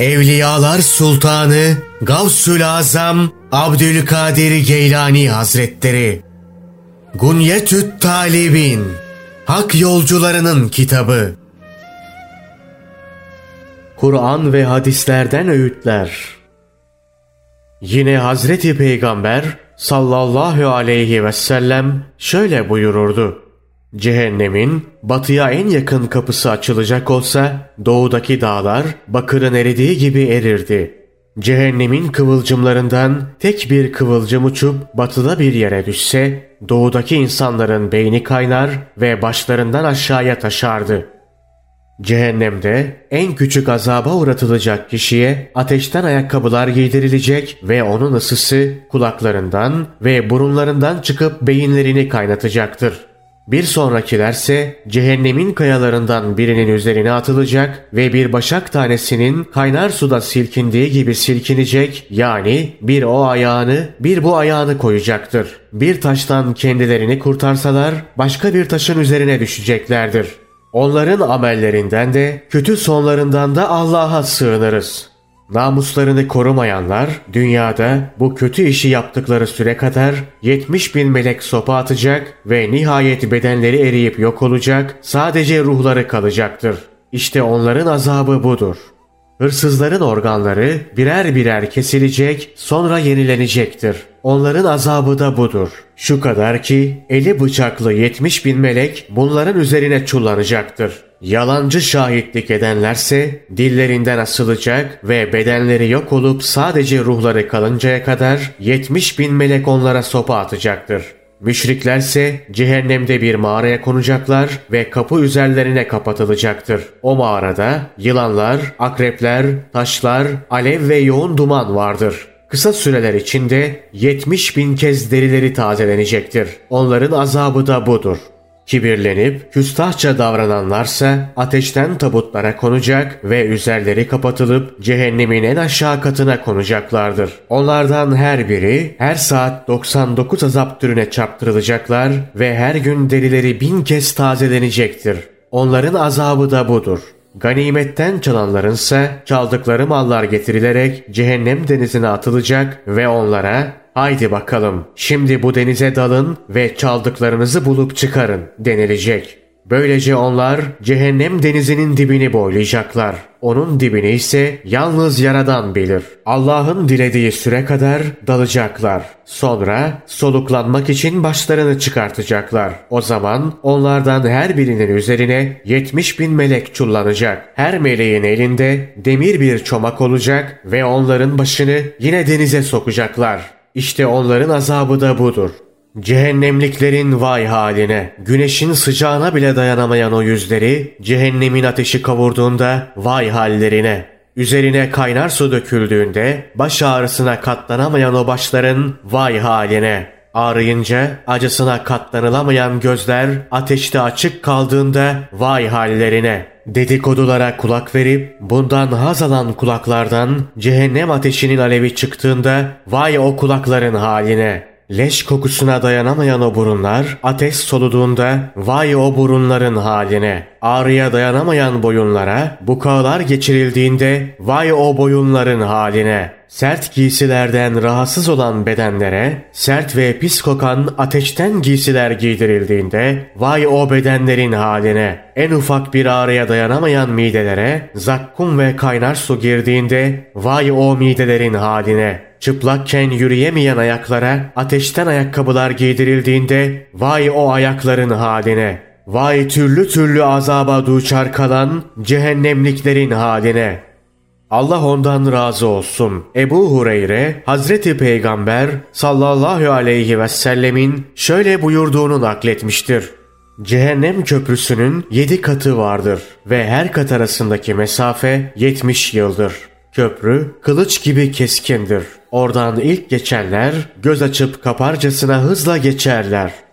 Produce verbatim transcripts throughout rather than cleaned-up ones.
Evliyalar Sultanı Gavsül Azam Abdülkadir Geylani Hazretleri. Gunyetü't Talibin, Hak Yolcularının Kitabı. Kur'an ve hadislerden öğütler. Yine Hazreti Peygamber sallallahu aleyhi ve sellem şöyle buyururdu: Cehennemin batıya en yakın kapısı açılacak olsa doğudaki dağlar bakırın eridiği gibi erirdi. Cehennemin kıvılcımlarından tek bir kıvılcım uçup batıda bir yere düşse doğudaki insanların beyni kaynar ve başlarından aşağıya taşardı. Cehennemde en küçük azaba uğratılacak kişiye ateşten ayakkabılar giydirilecek ve onun ısısı kulaklarından ve burunlarından çıkıp beyinlerini kaynatacaktır. Bir sonrakilerse cehennemin kayalarından birinin üzerine atılacak ve bir başak tanesinin kaynar suda silkindiği gibi silkinecek, yani bir o ayağını bir bu ayağını koyacaktır. Bir taştan kendilerini kurtarsalar başka bir taşın üzerine düşeceklerdir. Onların amellerinden de kötü sonlarından da Allah'a sığınırız. Namuslarını korumayanlar dünyada bu kötü işi yaptıkları süre kadar yetmiş bin melek sopa atacak ve nihayet bedenleri eriyip yok olacak, sadece ruhları kalacaktır. İşte onların azabı budur. Hırsızların organları birer birer kesilecek, sonra yenilenecektir. Onların azabı da budur. Şu kadar ki eli bıçaklı yetmiş bin melek bunların üzerine çullanacaktır. Yalancı şahitlik edenlerse dillerinden asılacak ve bedenleri yok olup sadece ruhları kalıncaya kadar yetmiş bin melek onlara sopa atacaktır. Müşriklerse cehennemde bir mağaraya konacaklar ve kapı üzerlerine kapatılacaktır. O mağarada yılanlar, akrepler, taşlar, alev ve yoğun duman vardır. Kısa süreler içinde yetmiş bin kez derileri tazelenecektir. Onların azabı da budur. Kibirlenip küstahça davrananlarsa ateşten tabutlara konacak ve üzerleri kapatılıp cehennemin en aşağı katına konacaklardır. Onlardan her biri her saat doksan dokuz azap türüne çarptırılacaklar ve her gün derileri bin kez tazelenecektir. Onların azabı da budur. Ganimetten çalanlarınsa çaldıkları mallar getirilerek cehennem denizine atılacak ve onlara "Haydi bakalım, şimdi bu denize dalın ve çaldıklarınızı bulup çıkarın" denilecek. Böylece onlar cehennem denizinin dibini boylayacaklar. Onun dibini ise yalnız Yaradan bilir. Allah'ın dilediği süre kadar dalacaklar. Sonra soluklanmak için başlarını çıkartacaklar. O zaman onlardan her birinin üzerine yetmiş bin melek çullanacak. Her meleğin elinde demir bir çomak olacak ve onların başını yine denize sokacaklar. İşte onların azabı da budur. Cehennemliklerin vay haline, güneşin sıcağına bile dayanamayan o yüzleri cehennemin ateşi kavurduğunda vay hallerine. Üzerine kaynar su döküldüğünde baş ağrısına katlanamayan o başların vay haline. Ağrıyınca acısına katlanılamayan gözler ateşte açık kaldığında vay hallerine. Dedikodulara kulak verip bundan haz alan kulaklardan cehennem ateşinin alevi çıktığında vay o kulakların haline. Leş kokusuna dayanamayan o burunlar ateş soluduğunda vay o burunların haline. Ağrıya dayanamayan boyunlara bukağılar geçirildiğinde vay o boyunların haline. Sert giysilerden rahatsız olan bedenlere sert ve pis kokan ateşten giysiler giydirildiğinde vay o bedenlerin haline. En ufak bir ağrıya dayanamayan midelere zakkum ve kaynar su girdiğinde vay o midelerin haline. Çıplakken yürüyemeyen ayaklara ateşten ayakkabılar giydirildiğinde vay o ayakların haline. Vay türlü türlü azaba duçar kalan cehennemliklerin haline. Allah ondan razı olsun. Ebu Hureyre, Hazreti Peygamber sallallahu aleyhi ve sellemin şöyle buyurduğunu nakletmiştir. Cehennem köprüsünün yedi katı vardır ve her kat arasındaki mesafe yetmiş yıldır. Köprü kılıç gibi keskindir. Oradan ilk geçenler göz açıp kaparcasına hızla geçerler.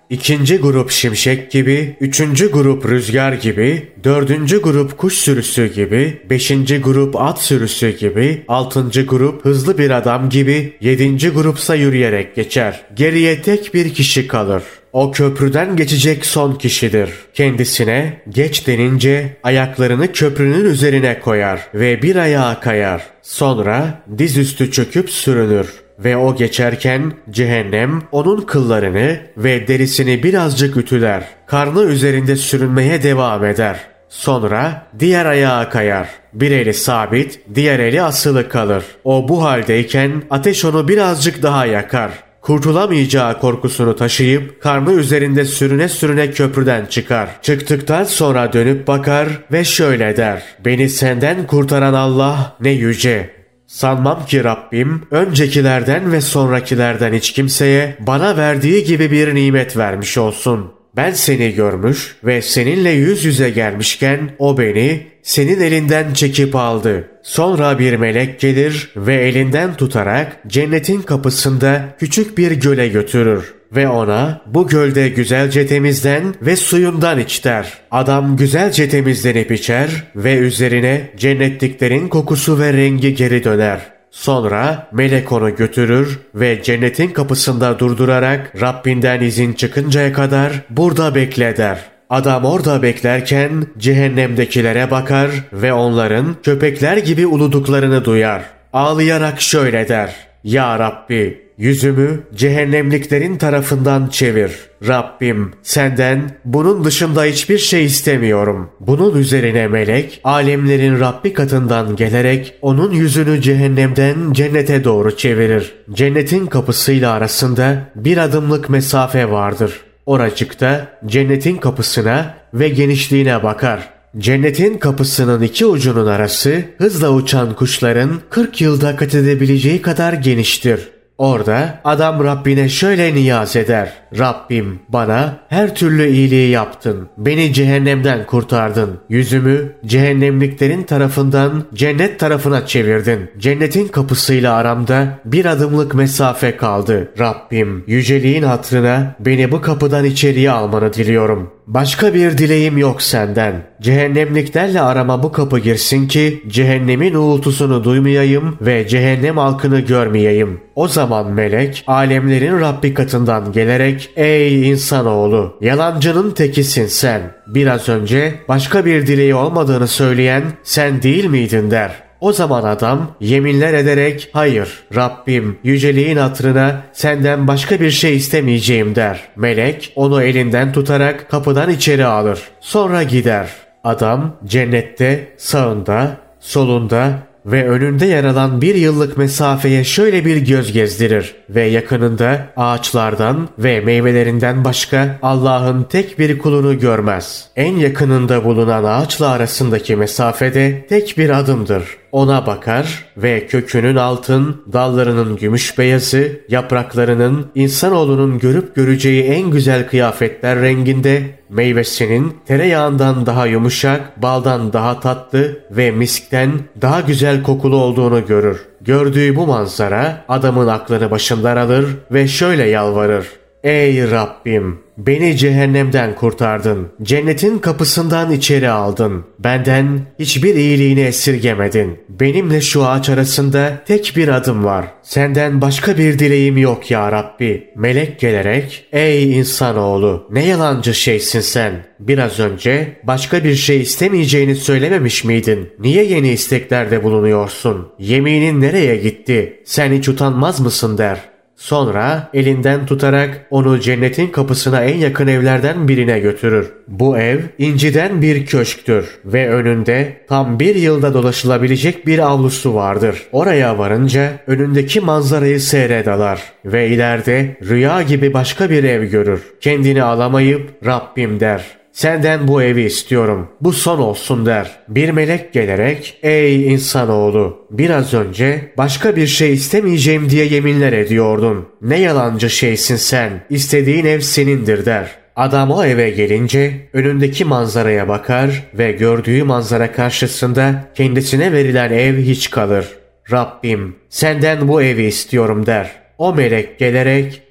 İkinci grup şimşek gibi, üçüncü grup rüzgar gibi, dördüncü grup kuş sürüsü gibi, beşinci grup at sürüsü gibi, altıncı grup hızlı bir adam gibi, yedinci grupsa yürüyerek geçer. Geriye tek bir kişi kalır. O köprüden geçecek son kişidir. Kendisine geç denince ayaklarını köprünün üzerine koyar ve bir ayağa kayar. Sonra dizüstü çöküp sürünür. Ve o geçerken cehennem onun kıllarını ve derisini birazcık ütüler. Karnı üzerinde sürünmeye devam eder. Sonra diğer ayağa kayar. Bir eli sabit, diğer eli asılı kalır. O bu haldeyken ateş onu birazcık daha yakar. Kurtulamayacağı korkusunu taşıyıp karnı üzerinde sürüne sürüne köprüden çıkar. Çıktıktan sonra dönüp bakar ve şöyle der: "Beni senden kurtaran Allah ne yüce. Sanmam ki Rabbim öncekilerden ve sonrakilerden hiç kimseye bana verdiği gibi bir nimet vermiş olsun. Ben seni görmüş ve seninle yüz yüze gelmişken o beni senin elinden çekip aldı. Sonra bir melek gelir ve elinden tutarak cennetin kapısında küçük bir göle götürür. Ve ona bu gölde güzelce temizlen ve suyundan iç der. Adam güzelce temizlenip içer ve üzerine cennetliklerin kokusu ve rengi geri döner. Sonra melek onu götürür ve cennetin kapısında durdurarak Rabbinden izin çıkıncaya kadar burada bekle der. Adam orada beklerken cehennemdekilere bakar ve onların köpekler gibi uluduklarını duyar. Ağlayarak şöyle der: "Ya Rabbi, yüzümü cehennemliklerin tarafından çevir. Rabbim, senden bunun dışında hiçbir şey istemiyorum." Bunun üzerine melek alemlerin Rabbi katından gelerek onun yüzünü cehennemden cennete doğru çevirir. Cennetin kapısıyla arasında bir adımlık mesafe vardır. Oracıkta cennetin kapısına ve genişliğine bakar. Cennetin kapısının iki ucunun arası hızla uçan kuşların kırk yılda kat edebileceği kadar geniştir. Orada adam Rabbine şöyle niyaz eder: "Rabbim, bana her türlü iyiliği yaptın. Beni cehennemden kurtardın. Yüzümü cehennemliklerin tarafından cennet tarafına çevirdin. Cennetin kapısıyla aramda bir adımlık mesafe kaldı. Rabbim, yüceliğin hatırına beni bu kapıdan içeriye almanı diliyorum. Başka bir dileğim yok senden. Cehennemliklerle arama bu kapı girsin ki cehennemin uğultusunu duymayayım ve cehennem halkını görmeyeyim." O zaman melek alemlerin Rabbi katından gelerek "Ey insanoğlu, yalancının tekisin sen. Biraz önce başka bir dileği olmadığını söyleyen sen değil miydin?" der. O zaman adam yeminler ederek "Hayır Rabbim, yüceliğin hatırına senden başka bir şey istemeyeceğim" der. Melek onu elinden tutarak kapıdan içeri alır. Sonra gider. Adam cennette sağında, solunda ve önünde yer alan bir yıllık mesafeye şöyle bir göz gezdirir ve yakınında ağaçlardan ve meyvelerinden başka Allah'ın tek bir kulunu görmez. En yakınında bulunan ağaçla arasındaki mesafede tek bir adımdır. Ona bakar ve kökünün altın, dallarının gümüş beyazı, yapraklarının insanoğlunun görüp göreceği en güzel kıyafetler renginde, meyvesinin tereyağından daha yumuşak, baldan daha tatlı ve miskten daha güzel kokulu olduğunu görür. Gördüğü bu manzara adamın aklını başından alır ve şöyle yalvarır: "Ey Rabbim, beni cehennemden kurtardın. Cennetin kapısından içeri aldın. Benden hiçbir iyiliğini esirgemedin. Benimle şu ağaç arasında tek bir adım var. Senden başka bir dileğim yok ya Rabbi." Melek gelerek "Ey insanoğlu, ne yalancı şeysin sen. Biraz önce başka bir şey istemeyeceğini söylememiş miydin? Niye yeni isteklerde bulunuyorsun? Yeminin nereye gitti? Sen hiç utanmaz mısın?" der. Sonra elinden tutarak onu cennetin kapısına en yakın evlerden birine götürür. Bu ev inciden bir köşktür ve önünde tam bir yılda dolaşılabilecek bir avlusu vardır. Oraya varınca önündeki manzarayı seyrederler ve ileride rüya gibi başka bir ev görür. Kendini alamayıp "Rabbim" der, "Senden bu evi istiyorum. Bu son olsun" der. Bir melek gelerek "Ey insanoğlu, biraz önce başka bir şey istemeyeceğim diye yeminler ediyordun. Ne yalancı şeysin sen. İstediğin ev senindir" der. Adam o eve gelince önündeki manzaraya bakar ve gördüğü manzara karşısında kendisine verilen ev hiç kalır. "Rabbim, senden bu evi istiyorum" der. O melek gelerek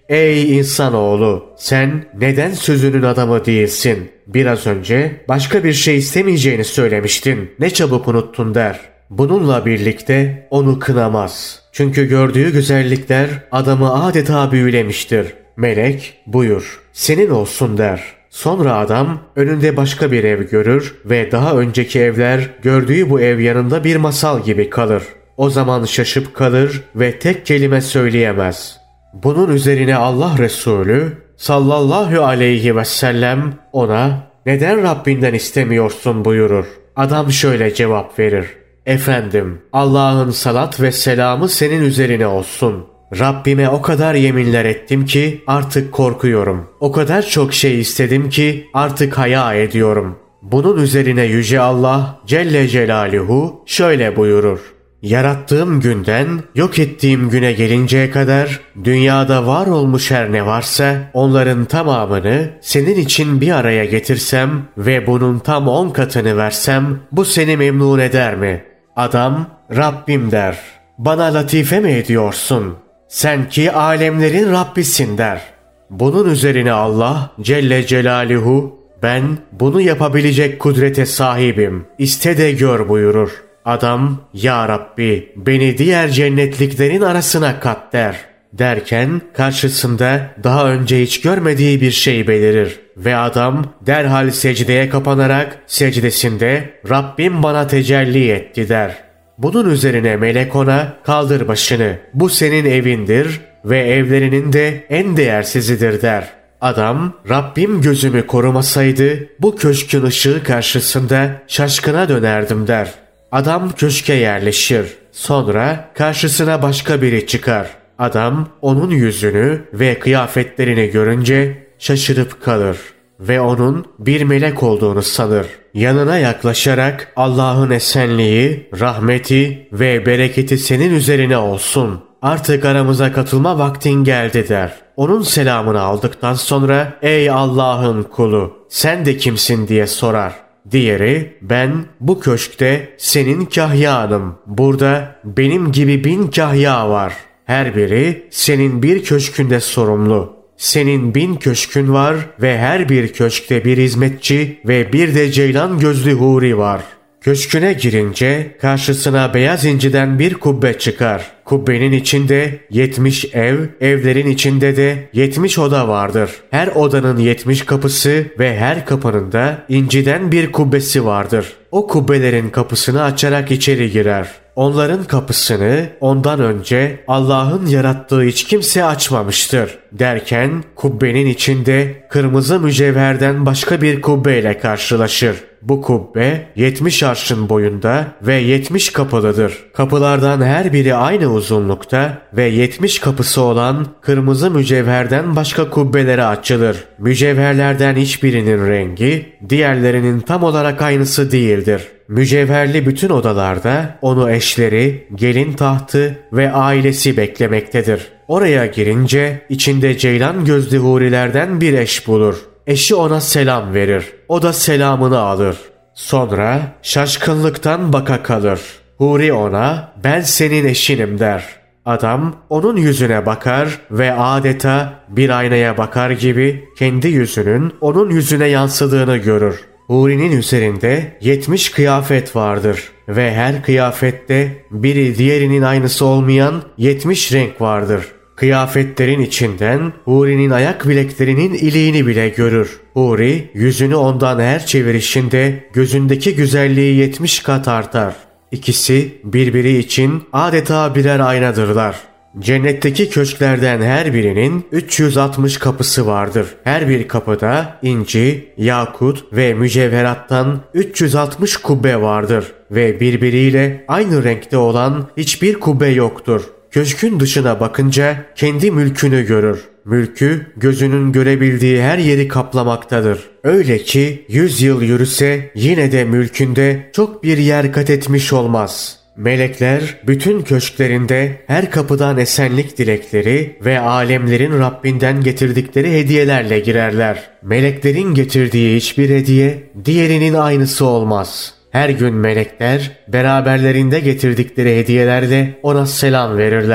Ey insanoğlu, sen neden sözünün adamı değilsin? Biraz önce başka bir şey istemeyeceğini söylemiştin. Ne çabuk unuttun der. Bununla birlikte onu kınamaz. Çünkü gördüğü güzellikler adamı adeta büyülemiştir. Melek buyur senin olsun der. Sonra adam önünde başka bir ev görür ve daha önceki evler gördüğü bu ev yanında bir masal gibi kalır. O zaman şaşıp kalır ve tek kelime söyleyemez. Bunun üzerine Allah Resulü sallallahu aleyhi ve sellem ona neden Rabbinden istemiyorsun buyurur. Adam şöyle cevap verir. Efendim, Allah'ın salat ve selamı senin üzerine olsun. Rabbime o kadar yeminler ettim ki artık korkuyorum. O kadar çok şey istedim ki artık haya ediyorum. Bunun üzerine Yüce Allah Celle Celaluhu şöyle buyurur. Yarattığım günden yok ettiğim güne gelinceye kadar dünyada var olmuş her ne varsa onların tamamını senin için bir araya getirsem ve bunun tam on katını versem bu seni memnun eder mi? Adam Rabbim der. Bana latife mi ediyorsun? Sen ki alemlerin Rabbisin der. Bunun üzerine Allah Celle Celaluhu ben bunu yapabilecek kudrete sahibim. İste de gör buyurur. Adam ya Rabbi beni diğer cennetliklerin arasına kat der. Derken karşısında daha önce hiç görmediği bir şey belirir. Ve adam derhal secdeye kapanarak secdesinde Rabbim bana tecelli etti der. Bunun üzerine melek ona kaldır başını bu senin evindir ve evlerinin de en değersizidir der. Adam Rabbim gözümü korumasaydı bu köşkün ışığı karşısında şaşkına dönerdim der. Adam köşke yerleşir. Sonra karşısına başka biri çıkar. Adam onun yüzünü ve kıyafetlerini görünce şaşırıp kalır ve onun bir melek olduğunu sanır. Yanına yaklaşarak Allah'ın esenliği, rahmeti ve bereketi senin üzerine olsun. Artık aramıza katılma vaktin geldi der. Onun selamını aldıktan sonra ey Allah'ın kulu sen de kimsin diye sorar. Diğeri ben bu köşkte senin kahyanım. Burada benim gibi bin kahya var. Her biri senin bir köşkünde sorumlu. Senin bin köşkün var ve her bir köşkte bir hizmetçi ve bir de ceylan gözlü huri var. Köşküne girince karşısına beyaz inciden bir kubbe çıkar. Kubbenin içinde yetmiş ev, evlerin içinde de yetmiş oda vardır. Her odanın yetmiş kapısı ve her kapının da inciden bir kubbesi vardır. O kubbelerin kapısını açarak içeri girer. Onların kapısını ondan önce Allah'ın yarattığı hiç kimse açmamıştır. Derken kubbenin içinde kırmızı mücevherden başka bir kubbeyle karşılaşır. Bu kubbe yetmiş arşın boyunda ve yetmiş kapılıdır. Kapılardan her biri aynı uzunlukta ve yetmiş kapısı olan kırmızı mücevherden başka kubbelere açılır. Mücevherlerden hiçbirinin rengi diğerlerinin tam olarak aynısı değildir. Mücevherli bütün odalarda onu eşleri, gelin tahtı ve ailesi beklemektedir. Oraya girince içinde ceylan gözlü hurilerden bir eş bulur. Eşi ona selam verir. O da selamını alır. Sonra şaşkınlıktan baka kalır. Huri ona ben senin eşinim der. Adam onun yüzüne bakar ve adeta bir aynaya bakar gibi kendi yüzünün onun yüzüne yansıdığını görür. Huri'nin üzerinde yetmiş kıyafet vardır ve her kıyafette biri diğerinin aynısı olmayan yetmiş renk vardır. Kıyafetlerin içinden Huri'nin ayak bileklerinin iliğini bile görür. Huri yüzünü ondan her çevirişinde gözündeki güzelliği yetmiş kat artar. İkisi birbiri için adeta birer aynadırlar. Cennetteki köşklerden her birinin üç yüz altmış kapısı vardır. Her bir kapıda inci, yakut ve mücevherattan üç yüz altmış kubbe vardır ve birbiriyle aynı renkte olan hiçbir kubbe yoktur. Köşkün dışına bakınca kendi mülkünü görür. Mülkü gözünün görebildiği her yeri kaplamaktadır. Öyle ki yüz yıl yürüse yine de mülkünde çok bir yer kat etmiş olmaz. Melekler bütün köşklerinde her kapıdan esenlik dilekleri ve alemlerin Rabbinden getirdikleri hediyelerle girerler. Meleklerin getirdiği hiçbir hediye diğerinin aynısı olmaz. Her gün melekler beraberlerinde getirdikleri hediyelerle ona selam verirler.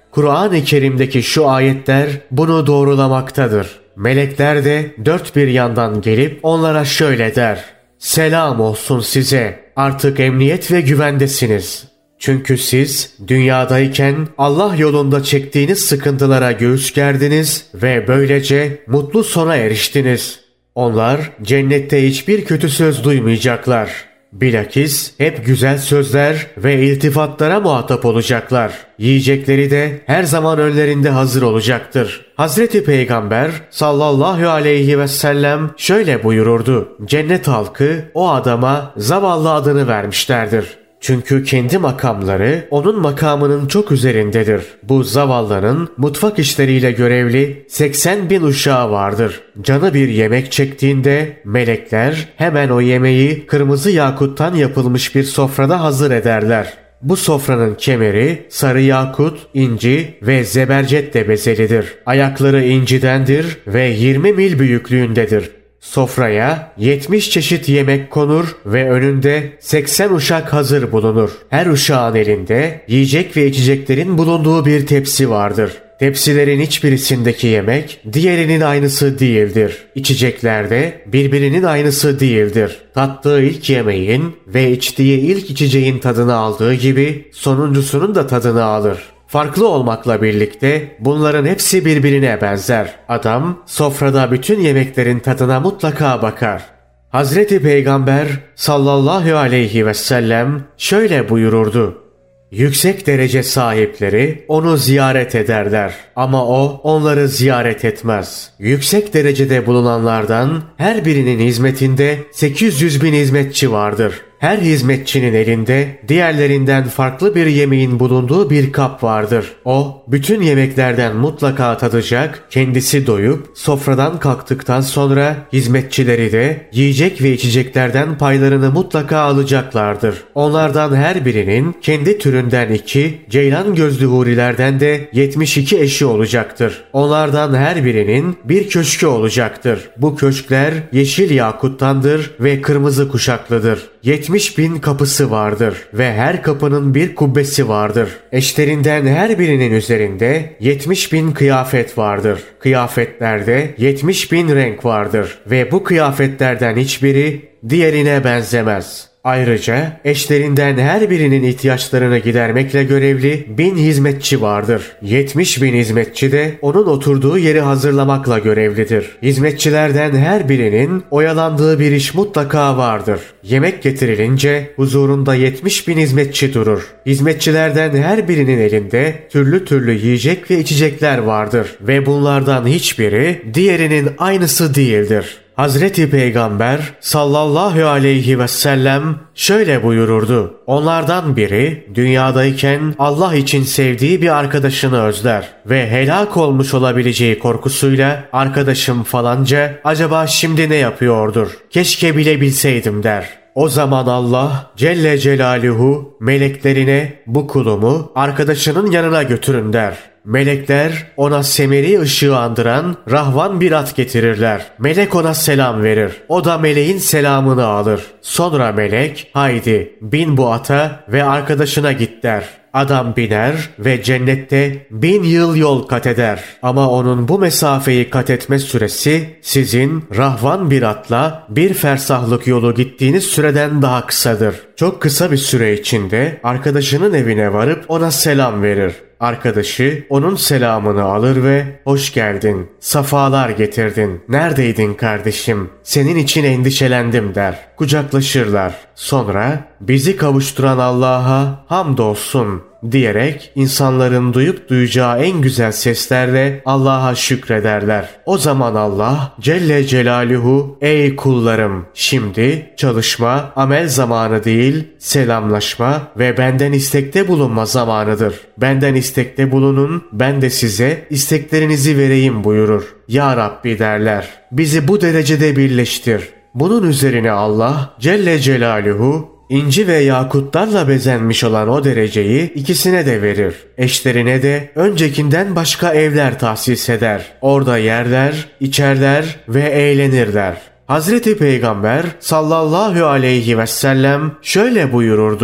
Kur'an-ı Kerim'deki şu ayetler bunu doğrulamaktadır. Melekler de dört bir yandan gelip onlara şöyle der: selam olsun size, artık emniyet ve güvendesiniz. Çünkü siz dünyadayken Allah yolunda çektiğiniz sıkıntılara göğüs gerdiniz ve böylece mutlu sona eriştiniz. Onlar cennette hiçbir kötü söz duymayacaklar. Bilakis hep güzel sözler ve iltifatlara muhatap olacaklar. Yiyecekleri de her zaman önlerinde hazır olacaktır. Hazreti Peygamber sallallahu aleyhi ve sellem şöyle buyururdu: cennet halkı o adama zavallı adını vermişlerdir. Çünkü kendi makamları onun makamının çok üzerindedir. Bu zavallının mutfak işleriyle görevli seksen bin uşağı vardır. Canı bir yemek çektiğinde melekler hemen o yemeği kırmızı yakuttan yapılmış bir sofrada hazır ederler. Bu sofranın kemeri sarı yakut, inci ve zebercetle bezelidir. Ayakları incidendir ve yirmi mil büyüklüğündedir. Sofraya yetmiş çeşit yemek konur ve önünde seksen uşak hazır bulunur. Her uşağın elinde yiyecek ve içeceklerin bulunduğu bir tepsi vardır. Tepsilerin hiçbirisindeki yemek diğerinin aynısı değildir. İçecekler de birbirinin aynısı değildir. Tattığı ilk yemeğin ve içtiği ilk içeceğin tadını aldığı gibi sonuncusunun da tadını alır. Farklı olmakla birlikte bunların hepsi birbirine benzer. Adam sofrada bütün yemeklerin tadına mutlaka bakar. Hazreti Peygamber sallallahu aleyhi ve sellem şöyle buyururdu: yüksek derece sahipleri onu ziyaret ederler ama o onları ziyaret etmez. Yüksek derecede bulunanlardan her birinin hizmetinde sekiz yüz bin hizmetçi vardır. Her hizmetçinin elinde diğerlerinden farklı bir yemeğin bulunduğu bir kap vardır. O bütün yemeklerden mutlaka tadacak, kendisi doyup sofradan kalktıktan sonra hizmetçileri de yiyecek ve içeceklerden paylarını mutlaka alacaklardır. Onlardan her birinin kendi türünden iki, ceylan gözlü hurilerden de yetmiş iki eşi olacaktır. Onlardan her birinin bir köşkü olacaktır. Bu köşkler yeşil yakuttandır ve kırmızı kuşaklıdır. yetmiş bin kapısı vardır ve her kapının bir kubbesi vardır. Eşlerinden her birinin üzerinde yetmiş bin kıyafet vardır. Kıyafetlerde yetmiş bin renk vardır ve bu kıyafetlerden hiçbiri diğerine benzemez. Ayrıca eşlerinden her birinin ihtiyaçlarını gidermekle görevli bin hizmetçi vardır. yetmiş bin hizmetçi de onun oturduğu yeri hazırlamakla görevlidir. Hizmetçilerden her birinin oyalandığı bir iş mutlaka vardır. Yemek getirilince huzurunda yetmiş bin hizmetçi durur. Hizmetçilerden her birinin elinde türlü türlü yiyecek ve içecekler vardır ve bunlardan hiçbiri diğerinin aynısı değildir. Hazreti Peygamber sallallahu aleyhi ve sellem şöyle buyururdu: onlardan biri dünyadayken Allah için sevdiği bir arkadaşını özler ve helak olmuş olabileceği korkusuyla arkadaşım falanca acaba şimdi ne yapıyordur, keşke bilebilseydim der. O zaman Allah Celle Celaluhu meleklerine bu kulumu arkadaşının yanına götürün der. Melekler ona semeri ışığı andıran rahvan bir at getirirler. Melek ona selam verir. O da meleğin selamını alır. Sonra melek haydi bin bu ata ve arkadaşına git der. Adam biner ve cennette bin yıl yol kat eder. Ama onun bu mesafeyi kat etme süresi sizin rahvan bir atla bir fersahlık yolu gittiğiniz süreden daha kısadır. Çok kısa bir süre içinde arkadaşının evine varıp ona selam verir. Arkadaşı onun selamını alır ve hoş geldin, safalar getirdin, neredeydin kardeşim, senin için endişelendim der. Kucaklaşırlar. Sonra bizi kavuşturan Allah'a hamdolsun diyerek insanların duyup duyacağı en güzel seslerle Allah'a şükrederler. O zaman Allah Celle Celaluhu ey kullarım şimdi çalışma, amel zamanı değil selamlaşma ve benden istekte bulunma zamanıdır. Benden istekte bulunun, ben de size isteklerinizi vereyim buyurur. Ya Rabbi derler, bizi bu derecede birleştir. Bunun üzerine Allah Celle Celaluhu İnci ve yakutlarla bezenmiş olan o dereceyi ikisine de verir. Eşlerine de öncekinden başka evler tahsis eder. Orada yerler, içerler ve eğlenirler. Hazreti Peygamber sallallahu aleyhi ve sellem şöyle buyururdu: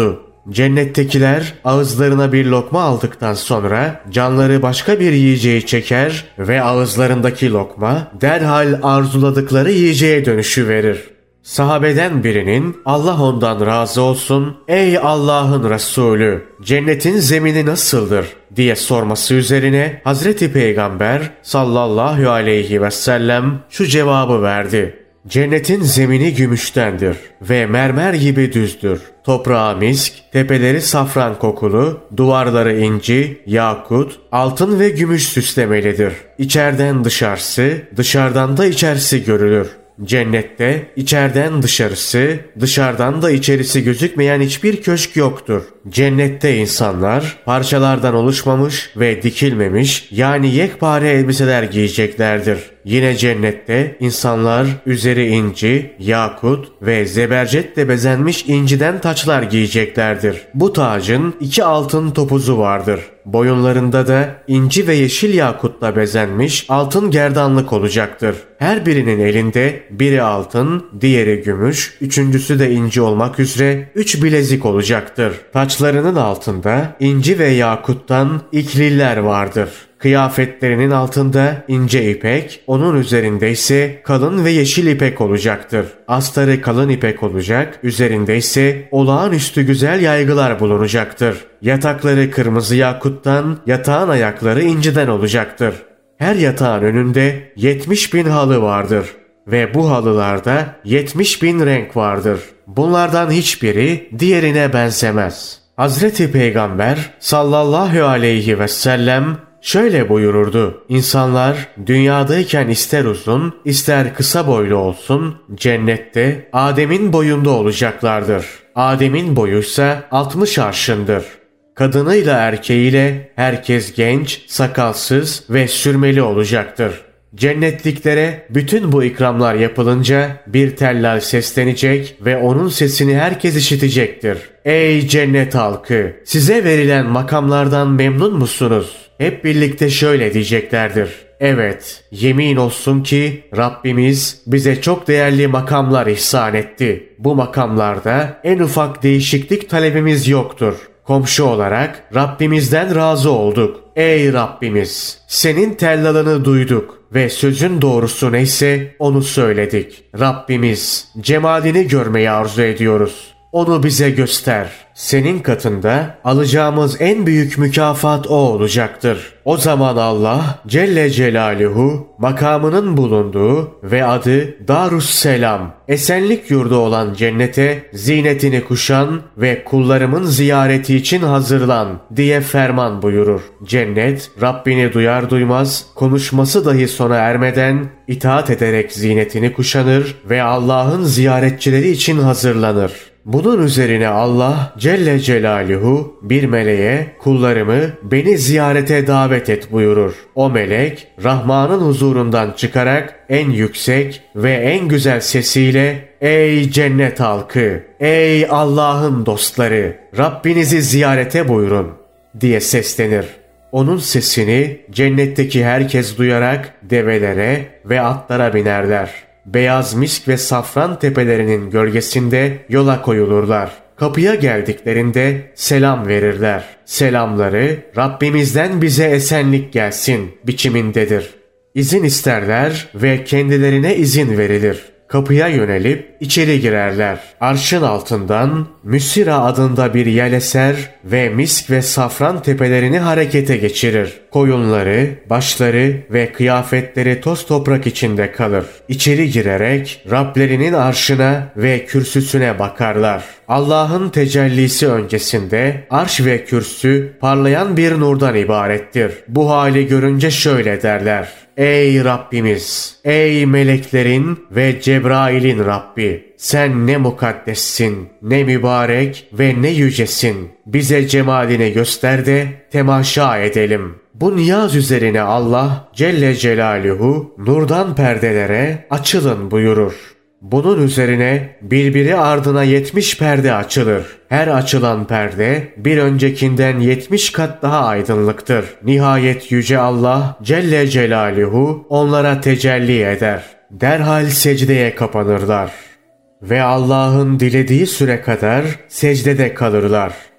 Cennettekiler ağızlarına bir lokma aldıktan sonra canları başka bir yiyeceği çeker ve ağızlarındaki lokma derhal arzuladıkları yiyeceğe dönüşüverir. Sahabeden birinin Allah ondan razı olsun, ey Allah'ın Resulü cennetin zemini nasıldır diye sorması üzerine Hazreti Peygamber sallallahu aleyhi ve sellem şu cevabı verdi. Cennetin zemini gümüştendir ve mermer gibi düzdür. Toprağı misk, tepeleri safran kokulu, duvarları inci, yakut, altın ve gümüş süslemelidir. İçeriden dışarısı, dışarıdan da içerisi görülür. Cennette içeriden dışarısı, dışarıdan da içerisi gözükmeyen hiçbir köşk yoktur. Cennette insanlar parçalardan oluşmamış ve dikilmemiş yani yekpare elbiseler giyeceklerdir. Yine cennette insanlar üzeri inci, yakut ve zebercetle bezenmiş inciden taçlar giyeceklerdir. Bu tacın iki altın topuzu vardır. Boyunlarında da inci ve yeşil yakutla bezenmiş altın gerdanlık olacaktır. Her birinin elinde biri altın, diğeri gümüş, üçüncüsü de inci olmak üzere üç bilezik olacaktır. Taçlarının altında inci ve yakuttan ikliller vardır. Kıyafetlerinin altında ince ipek, onun üzerinde ise kalın ve yeşil ipek olacaktır. Astarı kalın ipek olacak, üzerinde ise olağanüstü güzel yaygılar bulunacaktır. Yatakları kırmızı yakuttan, yatağın ayakları inciden olacaktır. Her yatağın önünde yetmiş bin halı vardır ve bu halılarda yetmiş bin renk vardır. Bunlardan hiçbiri diğerine benzemez. Hazreti Peygamber sallallahu aleyhi ve sellem şöyle buyururdu. İnsanlar dünyadayken ister uzun, ister kısa boylu olsun, cennette Adem'in boyunda olacaklardır. Adem'in boyuysa altmış arşındır. Kadınıyla erkeğiyle herkes genç, sakalsız ve sürmeli olacaktır. Cennetliklere bütün bu ikramlar yapılınca bir tellal seslenecek ve onun sesini herkes işitecektir. Ey cennet halkı! Size verilen makamlardan memnun musunuz? Hep birlikte şöyle diyeceklerdir. Evet, yemin olsun ki Rabbimiz bize çok değerli makamlar ihsan etti. Bu makamlarda en ufak değişiklik talebimiz yoktur. Komşu olarak Rabbimizden razı olduk. Ey Rabbimiz! Senin tellalını duyduk ve sözün doğrusu neyse onu söyledik. Rabbimiz, cemalini görmeyi arzu ediyoruz. Onu bize göster. Senin katında alacağımız en büyük mükafat o olacaktır. O zaman Allah Celle Celaluhu makamının bulunduğu ve adı Darusselam, esenlik yurdu olan cennete zinetini kuşan ve kullarımın ziyareti için hazırlan diye ferman buyurur. Cennet Rabbini duyar duymaz konuşması dahi sona ermeden itaat ederek zinetini kuşanır ve Allah'ın ziyaretçileri için hazırlanır. Bunun üzerine Allah Celle Celaluhu bir meleğe kullarımı beni ziyarete davet et buyurur. O melek Rahman'ın huzurundan çıkarak en yüksek ve en güzel sesiyle ey cennet halkı, ey Allah'ın dostları, Rabbinizi ziyarete buyurun diye seslenir. Onun sesini cennetteki herkes duyarak develere ve atlara binerler. Beyaz misk ve safran tepelerinin gölgesinde yola koyulurlar. Kapıya geldiklerinde selam verirler. Selamları Rabbimizden bize esenlik gelsin biçimindedir. İzin isterler ve kendilerine izin verilir. Kapıya yönelip içeri girerler. Arşın altından Müsira adında bir yel eser ve misk ve safran tepelerini harekete geçirir. Koyunları, başları ve kıyafetleri toz toprak içinde kalır. İçeri girerek Rablerinin arşına ve kürsüsüne bakarlar. Allah'ın tecellisi öncesinde arş ve kürsü parlayan bir nurdan ibarettir. Bu hali görünce şöyle derler. Ey Rabbimiz! Ey meleklerin ve Cebrail'in Rabbi! Sen ne mukaddessin, ne mübarek ve ne yücesin. Bize cemalini göster de temaşa edelim. Bu niyaz üzerine Allah Celle Celaluhu nurdan perdelere açılın buyurur. Bunun üzerine birbiri ardına yetmiş perde açılır. Her açılan perde bir öncekinden yetmiş kat daha aydınlıktır. Nihayet Yüce Allah Celle Celaluhu onlara tecelli eder. Derhal secdeye kapanırlar. Ve Allah'ın dilediği süre kadar secdede kalırlar.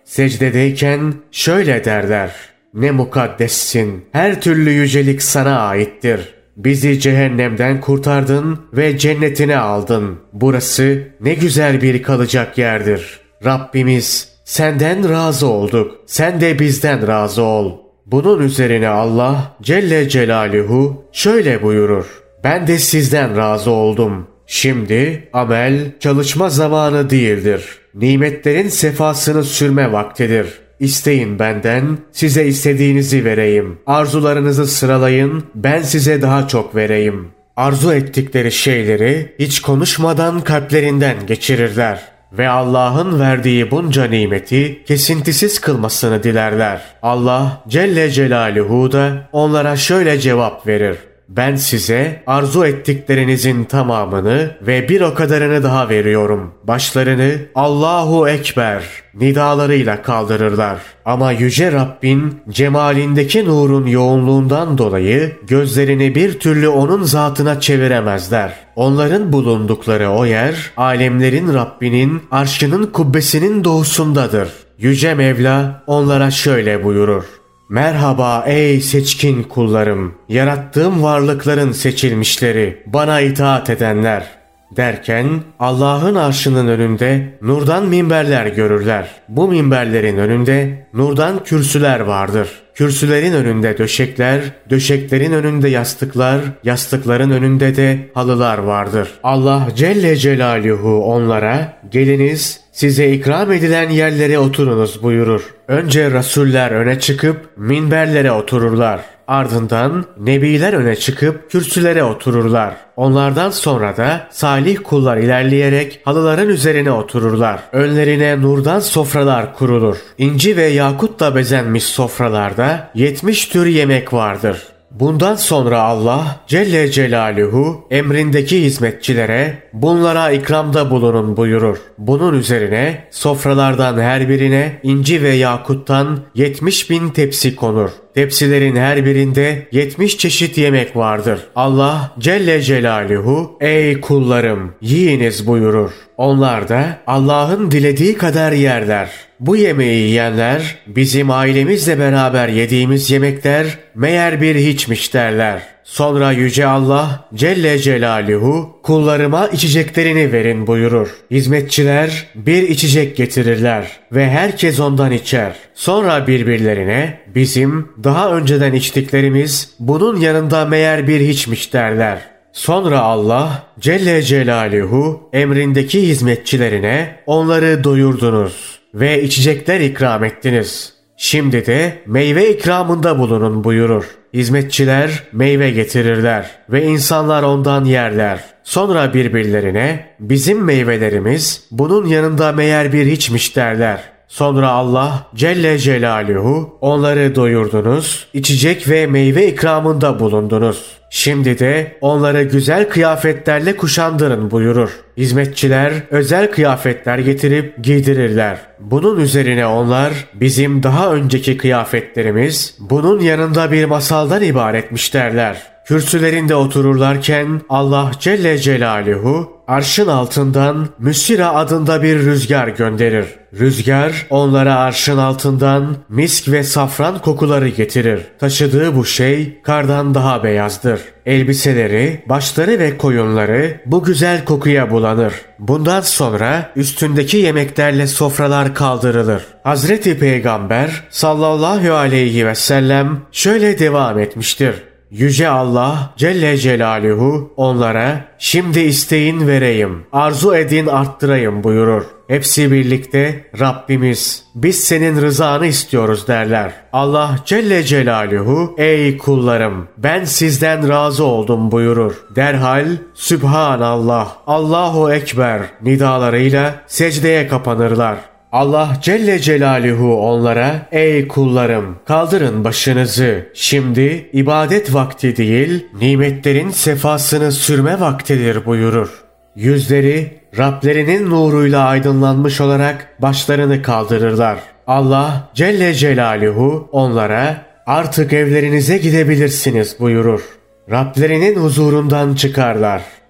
Secdedeyken şöyle derler: ne mukaddessin, her türlü yücelik sana aittir. Bizi cehennemden kurtardın ve cennetine aldın. Burası ne güzel bir kalacak yerdir. Rabbimiz, senden razı olduk. Sen de bizden razı ol. Bunun üzerine Allah Celle Celaluhu şöyle buyurur: ben de sizden razı oldum. Şimdi amel, çalışma zamanı değildir. Nimetlerin sefasını sürme vaktidir. İsteyin benden, size istediğinizi vereyim. Arzularınızı sıralayın, ben size daha çok vereyim. Arzu ettikleri şeyleri hiç konuşmadan kalplerinden geçirirler. Ve Allah'ın verdiği bunca nimeti kesintisiz kılmasını dilerler. Allah Celle Celaluhu da onlara şöyle cevap verir: ben size arzu ettiklerinizin tamamını ve bir o kadarını daha veriyorum. Başlarını Allahu Ekber nidalarıyla kaldırırlar. Ama Yüce Rabbin cemalindeki nurun yoğunluğundan dolayı gözlerini bir türlü onun zatına çeviremezler. Onların bulundukları o yer, alemlerin Rabbinin arşının kubbesinin doğusundadır. Yüce Mevla onlara şöyle buyurur: merhaba ey seçkin kullarım, yarattığım varlıkların seçilmişleri, bana itaat edenler. Derken Allah'ın arşının önünde nurdan minberler görürler. Bu minberlerin önünde nurdan kürsüler vardır. Kürsülerin önünde döşekler, döşeklerin önünde yastıklar, yastıkların önünde de halılar vardır. Allah Celle Celaluhu onlara geliniz size ikram edilen yerlere oturunuz buyurur. Önce Resuller öne çıkıp minberlere otururlar. Ardından Nebiler öne çıkıp kürsülere otururlar. Onlardan sonra da salih kullar ilerleyerek halıların üzerine otururlar. Önlerine nurdan sofralar kurulur. İnci ve yakutla bezenmiş sofralarda yetmiş tür yemek vardır. Bundan sonra Allah Celle Celaluhu emrindeki hizmetçilere bunlara ikramda bulunun buyurur. Bunun üzerine sofralardan her birine inci ve yakuttan yetmiş bin tepsi konur. Tepsilerin her birinde yetmiş çeşit yemek vardır. Allah Celle Celaluhu ey kullarım yiyiniz buyurur. Onlar da Allah'ın dilediği kadar yerler. Bu yemeği yiyenler bizim ailemizle beraber yediğimiz yemekler meğer bir hiçmiş derler. Sonra Yüce Allah Celle Celaluhu kullarıma içeceklerini verin buyurur. Hizmetçiler bir içecek getirirler ve herkes ondan içer. Sonra birbirlerine bizim daha önceden içtiklerimiz bunun yanında meğer bir hiçmiş derler. Sonra Allah Celle Celaluhu emrindeki hizmetçilerine onları doyurdunuz ve içecekler ikram ettiniz. Şimdi de meyve ikramında bulunun buyurur. Hizmetçiler meyve getirirler ve insanlar ondan yerler. Sonra birbirlerine bizim meyvelerimiz bunun yanında meğer bir hiçmiş derler. Sonra Allah Celle Celaluhu onları doyurdunuz, içecek ve meyve ikramında bulundunuz. Şimdi de onları güzel kıyafetlerle kuşandırın buyurur. Hizmetçiler özel kıyafetler getirip giydirirler. Bunun üzerine onlar bizim daha önceki kıyafetlerimiz bunun yanında bir masaldan ibaretmiş derler. Kürsülerinde otururlarken Allah Celle Celaluhu arşın altından Müsira adında bir rüzgar gönderir. Rüzgar onlara arşın altından misk ve safran kokuları getirir. Taşıdığı bu şey kardan daha beyazdır. Elbiseleri, başları ve koyunları bu güzel kokuya bulanır. Bundan sonra üstündeki yemeklerle sofralar kaldırılır. Hazreti Peygamber sallallahu aleyhi ve sellem şöyle devam etmiştir. Yüce Allah Celle Celaluhu onlara şimdi isteyin vereyim, arzu edin arttırayım buyurur. Hepsi birlikte Rabbimiz biz senin rızanı istiyoruz derler. Allah Celle Celaluhu ey kullarım ben sizden razı oldum buyurur. Derhal Sübhanallah, Allahu Ekber nidalarıyla secdeye kapanırlar. Allah Celle Celaluhu onlara ey kullarım kaldırın başınızı. Şimdi ibadet vakti değil nimetlerin sefasını sürme vaktidir buyurur. Yüzleri Rablerinin nuruyla aydınlanmış olarak başlarını kaldırırlar. Allah Celle Celaluhu onlara artık evlerinize gidebilirsiniz buyurur. Rablerinin huzurundan çıkarlar.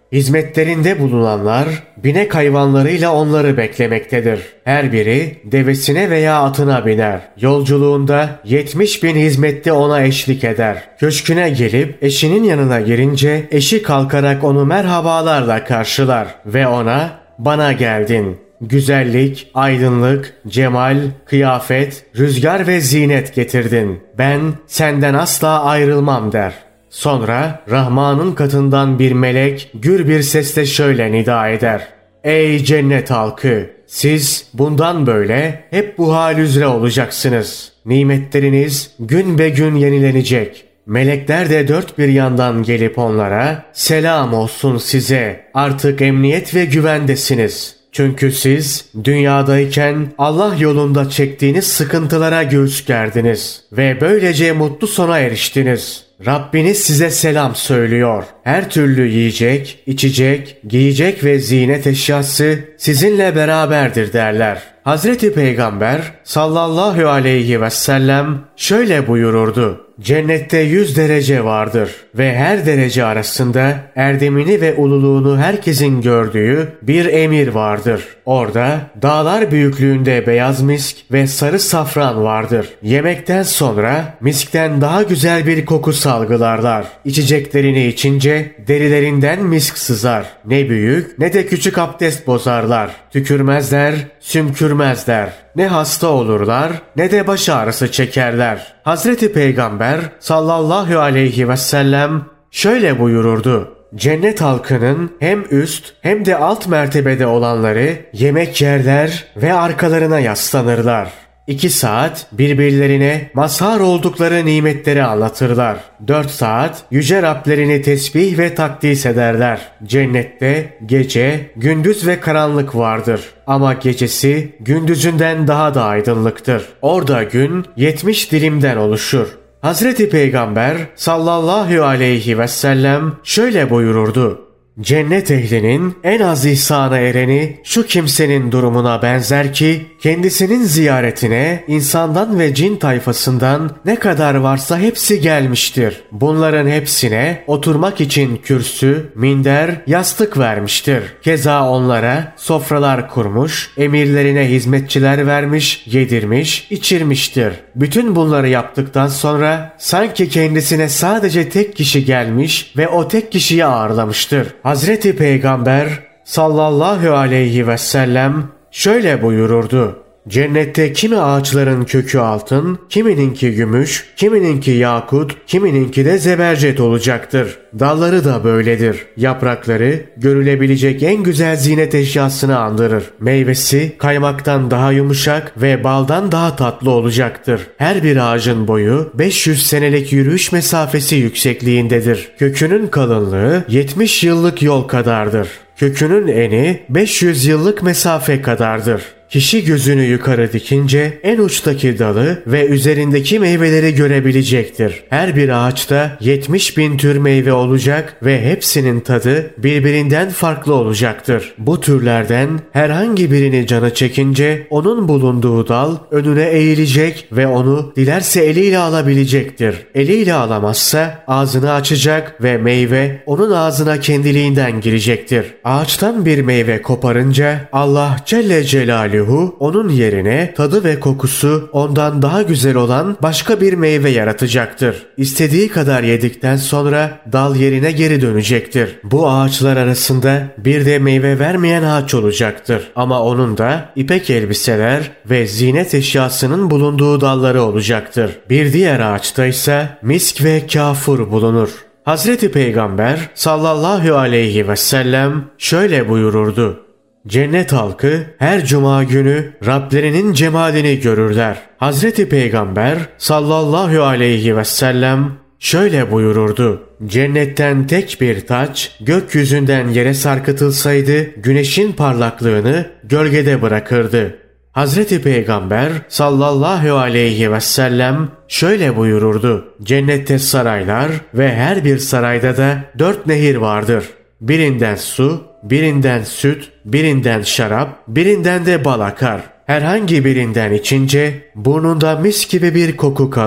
Hizmetlerinde bulunanlar binek hayvanlarıyla onları beklemektedir. Her biri devesine veya atına biner. Yolculuğunda yetmiş bin hizmetli ona eşlik eder. Köşküne gelip eşinin yanına girince eşi kalkarak onu merhabalarla karşılar ve ona "Bana geldin. Güzellik, aydınlık, cemal, kıyafet, rüzgar ve zinet getirdin. Ben senden asla ayrılmam" der. Sonra Rahman'ın katından bir melek gür bir sesle şöyle nida eder: "Ey cennet halkı! Siz bundan böyle hep bu hal üzere olacaksınız. Nimetleriniz gün be gün yenilenecek. Melekler de dört bir yandan gelip onlara selam olsun size, artık emniyet ve güvendesiniz. Çünkü siz dünyadayken Allah yolunda çektiğiniz sıkıntılara göğüs gerdiniz ve böylece mutlu sona eriştiniz. Rabbiniz size selam söylüyor. Her türlü yiyecek, içecek, giyecek ve zinet eşyası sizinle beraberdir" derler. Hazreti Peygamber sallallahu aleyhi ve sellem şöyle buyururdu: "Cennette yüz derece vardır ve her derece arasında erdemini ve ululuğunu herkesin gördüğü bir emir vardır. Orada dağlar büyüklüğünde beyaz misk ve sarı safran vardır. Yemekten sonra miskten daha güzel bir koku salgılarlar. İçeceklerini içince derilerinden misk sızar. Ne büyük ne de küçük abdest bozarlar. Tükürmezler, sümkürmezler. Ne hasta olurlar ne de baş ağrısı çekerler." Hazreti Peygamber sallallahu aleyhi ve sellem şöyle buyururdu: "Cennet halkının hem üst hem de alt mertebede olanları yemek yerler ve arkalarına yaslanırlar. İki saat birbirlerine mazhar oldukları nimetleri anlatırlar. Dört saat yüce Rablerini tesbih ve takdis ederler. Cennette gece, gündüz ve karanlık vardır. Ama gecesi gündüzünden daha da aydınlıktır. Orada gün yetmiş dilimden oluşur." Hazreti Peygamber sallallahu aleyhi ve sellem şöyle buyururdu: "Cennet ehlinin en az ihsana ereni şu kimsenin durumuna benzer ki kendisinin ziyaretine insandan ve cin tayfasından ne kadar varsa hepsi gelmiştir. Bunların hepsine oturmak için kürsü, minder, yastık vermiştir. Keza onlara sofralar kurmuş, emirlerine hizmetçiler vermiş, yedirmiş, içirmiştir. Bütün bunları yaptıktan sonra sanki kendisine sadece tek kişi gelmiş ve o tek kişiyi ağırlamıştır." Hazreti Peygamber sallallahu aleyhi ve sellem şöyle buyururdu: "Cennette kimi ağaçların kökü altın, kimininki gümüş, kimininki yakut, kimininki de zebercet olacaktır. Dalları da böyledir. Yaprakları görülebilecek en güzel zinet eşyasını andırır. Meyvesi kaymaktan daha yumuşak ve baldan daha tatlı olacaktır. Her bir ağacın boyu beş yüz senelik yürüyüş mesafesi yüksekliğindedir. Kökünün kalınlığı yetmiş yıllık yol kadardır. Kökünün eni beş yüz yıllık mesafe kadardır. Kişi gözünü yukarı dikince en uçtaki dalı ve üzerindeki meyveleri görebilecektir. Her bir ağaçta yetmiş bin tür meyve olacak ve hepsinin tadı birbirinden farklı olacaktır. Bu türlerden herhangi birini canı çekince onun bulunduğu dal önüne eğilecek ve onu dilerse eliyle alabilecektir. Eliyle alamazsa ağzını açacak ve meyve onun ağzına kendiliğinden girecektir. Ağaçtan bir meyve koparınca Allah Celle Celaluhu onun yerine tadı ve kokusu ondan daha güzel olan başka bir meyve yaratacaktır. İstediği kadar yedikten sonra dal yerine geri dönecektir. Bu ağaçlar arasında bir de meyve vermeyen ağaç olacaktır. Ama onun da ipek elbiseler ve zinet eşyasının bulunduğu dalları olacaktır. Bir diğer ağaçta ise misk ve kafur bulunur. Hazreti Peygamber sallallahu aleyhi ve sellem şöyle buyururdu: "Cennet halkı her cuma günü Rablerinin cemalini görürler." Hazreti Peygamber sallallahu aleyhi ve sellem şöyle buyururdu: "Cennetten tek bir taç gökyüzünden yere sarkıtılsaydı güneşin parlaklığını gölgede bırakırdı." Hazreti Peygamber sallallahu aleyhi ve sellem şöyle buyururdu: "Cennette saraylar ve her bir sarayda da dört nehir vardır. Birinden su, birinden süt, birinden şarap, birinden de bal akar. Herhangi birinden içince burnunda mis gibi bir koku kalır.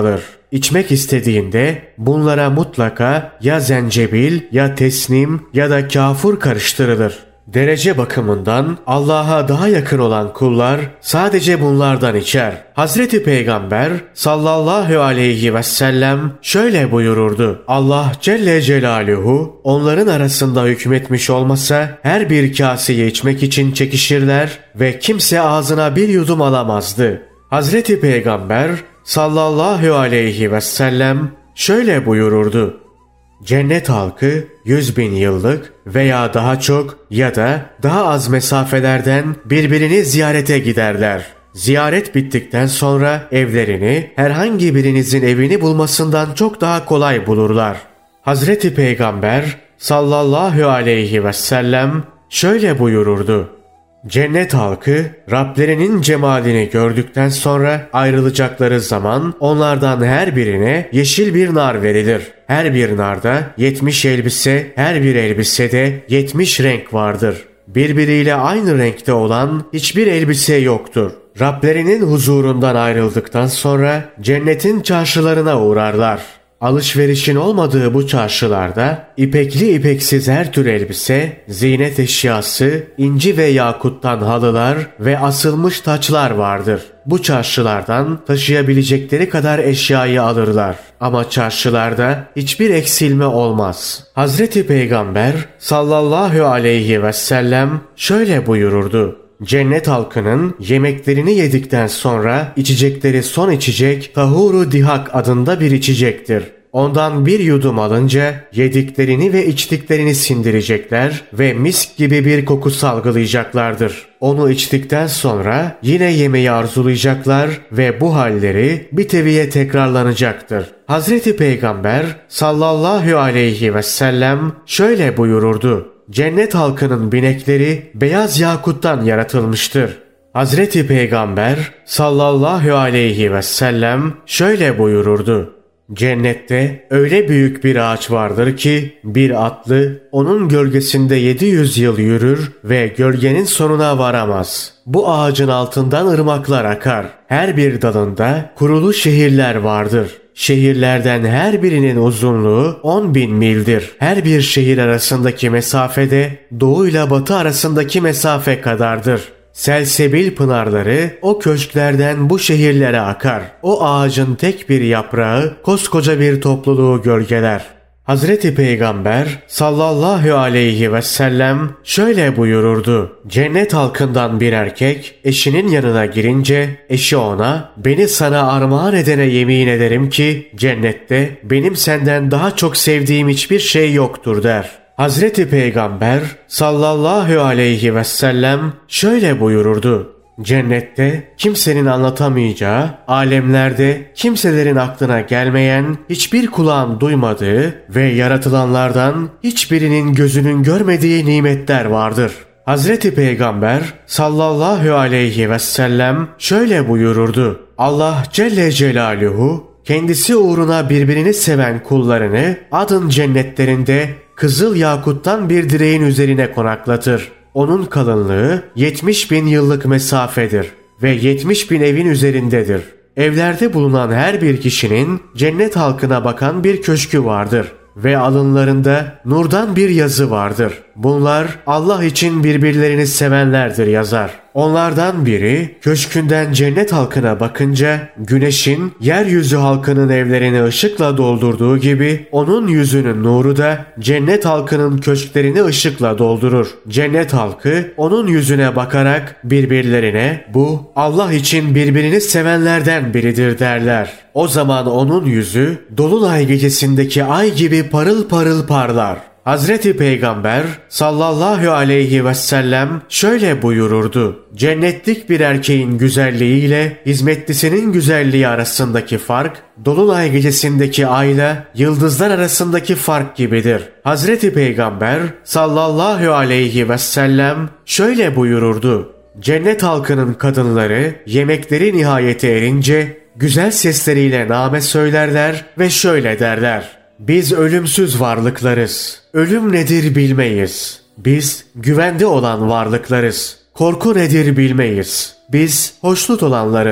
İçmek istediğinde bunlara mutlaka ya zencebil ya tesnim ya da kafur karıştırılır. Derece bakımından Allah'a daha yakın olan kullar sadece bunlardan içer. Hazreti Peygamber sallallahu aleyhi ve sellem şöyle buyururdu. Allah Celle Celaluhu onların arasında hükmetmiş olmasa her bir kaseyi içmek için çekişirler ve kimse ağzına bir yudum alamazdı. Hazreti Peygamber sallallahu aleyhi ve sellem şöyle buyururdu. Cennet halkı yüz bin yıllık veya daha çok ya da daha az mesafelerden birbirini ziyarete giderler. Ziyaret bittikten sonra evlerini herhangi birinizin evini bulmasından çok daha kolay bulurlar. Hazreti Peygamber sallallahu aleyhi ve sellem şöyle buyururdu. Cennet halkı Rablerinin cemalini gördükten sonra ayrılacakları zaman onlardan her birine yeşil bir nar verilir. Her bir narda yetmiş elbise, her bir elbisede yetmiş renk vardır. Birbiriyle aynı renkte olan hiçbir elbise yoktur. Rablerinin huzurundan ayrıldıktan sonra cennetin çarşılarına uğrarlar. Alışverişin olmadığı bu çarşılarda ipekli ipeksiz her tür elbise, ziynet eşyası, inci ve yakuttan halılar ve asılmış taçlar vardır. Bu çarşılardan taşıyabilecekleri kadar eşyayı alırlar. Ama çarşılarda hiçbir eksilme olmaz. Hazreti Peygamber sallallahu aleyhi ve sellem şöyle buyururdu. Cennet halkının yemeklerini yedikten sonra içecekleri son içecek tahuru dihak adında bir içecektir. Ondan bir yudum alınca yediklerini ve içtiklerini sindirecekler ve misk gibi bir koku salgılayacaklardır. Onu içtikten sonra yine yemeği arzulayacaklar ve bu halleri bir teviye tekrarlanacaktır. Hazreti Peygamber sallallahu aleyhi ve sellem şöyle buyururdu. Cennet halkının binekleri beyaz yakuttan yaratılmıştır. Hazreti Peygamber sallallahu aleyhi ve sellem şöyle buyururdu. Cennette öyle büyük bir ağaç vardır ki bir atlı onun gölgesinde yedi yüz yıl yürür ve gölgenin sonuna varamaz. Bu ağacın altından ırmaklar akar. Her bir dalında kurulu şehirler vardır. Şehirlerden her birinin uzunluğu on bin mildir. Her bir şehir arasındaki mesafede doğu ile batı arasındaki mesafe kadardır. Selsebil pınarları o köşklerden bu şehirlere akar. O ağacın tek bir yaprağı koskoca bir topluluğu gölgeler. Hazreti Peygamber sallallahu aleyhi ve sellem şöyle buyururdu. Cennet halkından bir erkek eşinin yanına girince eşi ona beni sana armağan edene yemin ederim ki cennette benim senden daha çok sevdiğim hiçbir şey yoktur der. Hazreti Peygamber sallallahu aleyhi ve sellem şöyle buyururdu. Cennette kimsenin anlatamayacağı, alemlerde kimselerin aklına gelmeyen, hiçbir kulağın duymadığı ve yaratılanlardan hiçbirinin gözünün görmediği nimetler vardır. Hazreti Peygamber sallallahu aleyhi ve sellem şöyle buyururdu. Allah Celle Celaluhu kendisi uğruna birbirini seven kullarını adın cennetlerinde kızıl yakuttan bir direğin üzerine konaklatır. Onun kalınlığı yetmiş bin yıllık mesafedir ve yetmiş bin evin üzerindedir. Evlerde bulunan her bir kişinin cennet halkına bakan bir köşkü vardır ve alınlarında nurdan bir yazı vardır. Bunlar Allah için birbirlerini sevenlerdir yazar. Onlardan biri köşkünden cennet halkına bakınca güneşin yeryüzü halkının evlerini ışıkla doldurduğu gibi onun yüzünün nuru da cennet halkının köşklerini ışıkla doldurur. Cennet halkı onun yüzüne bakarak birbirlerine bu Allah için birbirini sevenlerden biridir derler. O zaman onun yüzü dolunay gecesindeki ay gibi parıl parıl parlar. Hazreti Peygamber sallallahu aleyhi ve sellem şöyle buyururdu. Cennetlik bir erkeğin güzelliğiyle hizmetlisinin güzelliği arasındaki fark, dolunay gecesindeki ayla yıldızlar arasındaki fark gibidir. Hazreti Peygamber sallallahu aleyhi ve sellem şöyle buyururdu. Cennet halkının kadınları yemekleri nihayete erince güzel sesleriyle name söylerler ve şöyle derler. Biz ölümsüz varlıklarız. Ölüm nedir bilmeyiz. Biz güvende olan varlıklarız. Korku nedir bilmeyiz. Biz hoşnut olanlarız.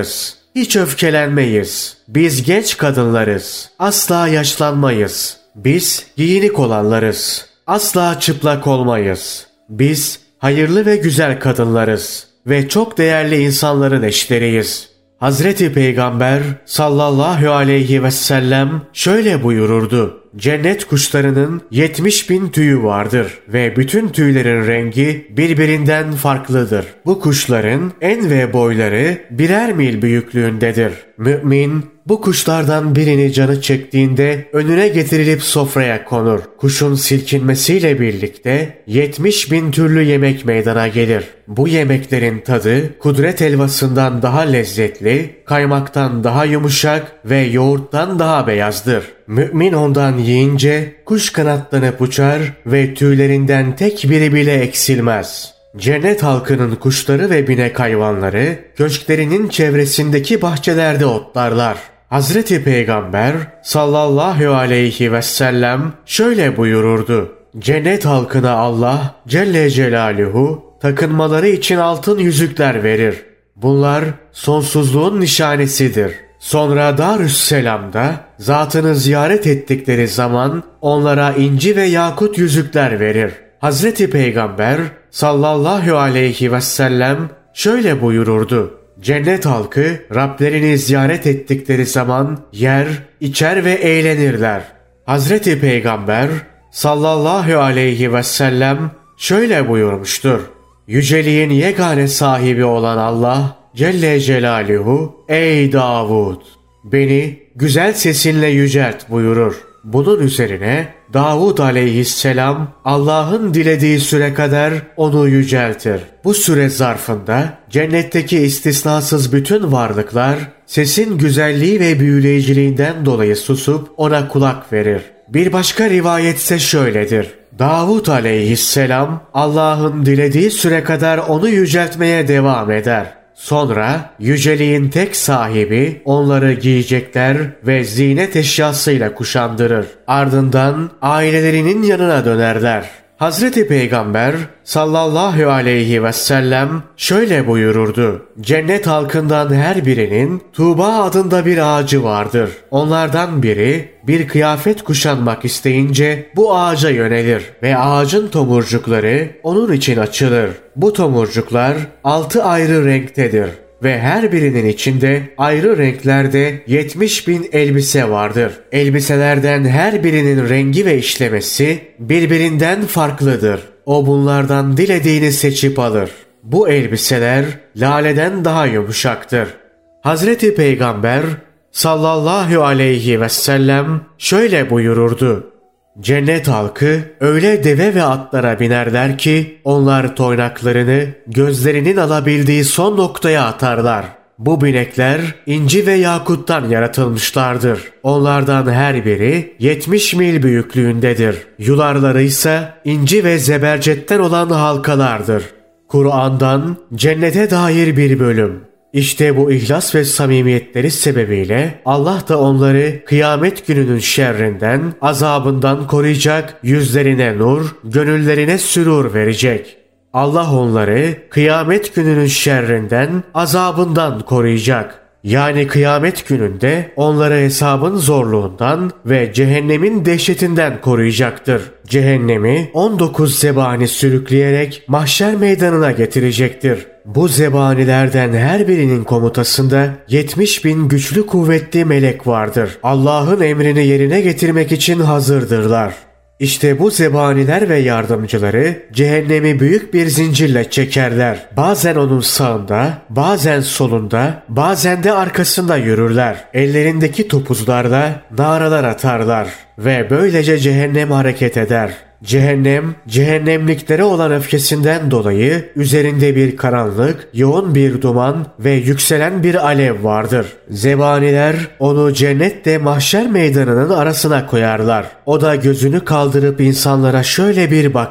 Hiç öfkelenmeyiz. Biz genç kadınlarız. Asla yaşlanmayız. Biz giyinik olanlarız. Asla çıplak olmayız. Biz hayırlı ve güzel kadınlarız ve çok değerli insanların eşleriyiz. Hazreti Peygamber sallallahu aleyhi ve sellem şöyle buyururdu. Cennet kuşlarının yetmiş bin tüyü vardır ve bütün tüylerin rengi birbirinden farklıdır. Bu kuşların en ve boyları birer mil büyüklüğündedir. Mümin bu kuşlardan birini canı çektiğinde önüne getirilip sofraya konur. Kuşun silkinmesiyle birlikte yetmiş bin türlü yemek meydana gelir. Bu yemeklerin tadı kudret helvasından daha lezzetli, kaymaktan daha yumuşak ve yoğurttan daha beyazdır. Mümin ondan yiyince kuş kanatlanıp uçar ve tüylerinden tek biri bile eksilmez. Cennet halkının kuşları ve binek hayvanları köşklerinin çevresindeki bahçelerde otlarlar. Hazreti Peygamber sallallahu aleyhi ve sellem şöyle buyururdu. Cennet halkına Allah Celle Celaluhu takınmaları için altın yüzükler verir. Bunlar sonsuzluğun nişanesidir. Sonra Darüsselam'da zatını ziyaret ettikleri zaman onlara inci ve yakut yüzükler verir. Hazreti Peygamber sallallahu aleyhi ve sellem şöyle buyururdu. Cennet halkı Rablerini ziyaret ettikleri zaman yer, içer ve eğlenirler. Hazreti Peygamber sallallahu aleyhi ve sellem şöyle buyurmuştur. Yüceliğin yegane sahibi olan Allah Celle Celaluhu, ey Davud, beni güzel sesinle yücelt buyurur. Bunun üzerine Davud aleyhisselam Allah'ın dilediği süre kadar onu yüceltir. Bu süre zarfında cennetteki istisnasız bütün varlıklar sesin güzelliği ve büyüleyiciliğinden dolayı susup ona kulak verir. Bir başka rivayetse şöyledir. Davud aleyhisselam Allah'ın dilediği süre kadar onu yüceltmeye devam eder. Sonra yüceliğin tek sahibi onları giyecekler ve zinet eşyasıyla kuşandırır. Ardından ailelerinin yanına dönerler. Hazreti Peygamber sallallahu aleyhi ve sellem şöyle buyururdu. Cennet halkından her birinin Tuğba adında bir ağacı vardır. Onlardan biri bir kıyafet kuşanmak isteyince bu ağaca yönelir ve ağacın tomurcukları onun için açılır. Bu tomurcuklar altı ayrı renktedir ve her birinin içinde ayrı renklerde yetmiş bin elbise vardır. Elbiselerden her birinin rengi ve işlemesi birbirinden farklıdır. O bunlardan dilediğini seçip alır. Bu elbiseler laleden daha yumuşaktır. Hazreti Peygamber sallallahu aleyhi ve sellem şöyle buyururdu. Cennet halkı öyle deve ve atlara binerler ki onlar toynaklarını gözlerinin alabildiği son noktaya atarlar. Bu binekler inci ve yakuttan yaratılmışlardır. Onlardan her biri yetmiş mil büyüklüğündedir. Yularları ise inci ve zebercetten olan halkalardır. Kur'an'dan cennete dair bir bölüm. İşte bu ihlas ve samimiyetleri sebebiyle Allah da onları kıyamet gününün şerrinden, azabından koruyacak, yüzlerine nur, gönüllerine sürur verecek. Allah onları kıyamet gününün şerrinden, azabından koruyacak. Yani kıyamet gününde onları hesabın zorluğundan ve cehennemin dehşetinden koruyacaktır. Cehennemi on dokuz zebani sürükleyerek mahşer meydanına getirecektir. Bu zebanilerden her birinin komutasında yetmiş bin güçlü kuvvetli melek vardır. Allah'ın emrini yerine getirmek için hazırdırlar. İşte bu zebaniler ve yardımcıları cehennemi büyük bir zincirle çekerler. Bazen onun sağında, bazen solunda, bazen de arkasında yürürler. Ellerindeki topuzlarla naralar atarlar ve böylece cehennem hareket eder. Cehennem, cehennemliklere olan öfkesinden dolayı üzerinde bir karanlık, yoğun bir duman ve yükselen bir alev vardır. Zebaniler onu cennetle mahşer meydanının arasına koyarlar. O da gözünü kaldırıp insanlara şöyle bir bakar.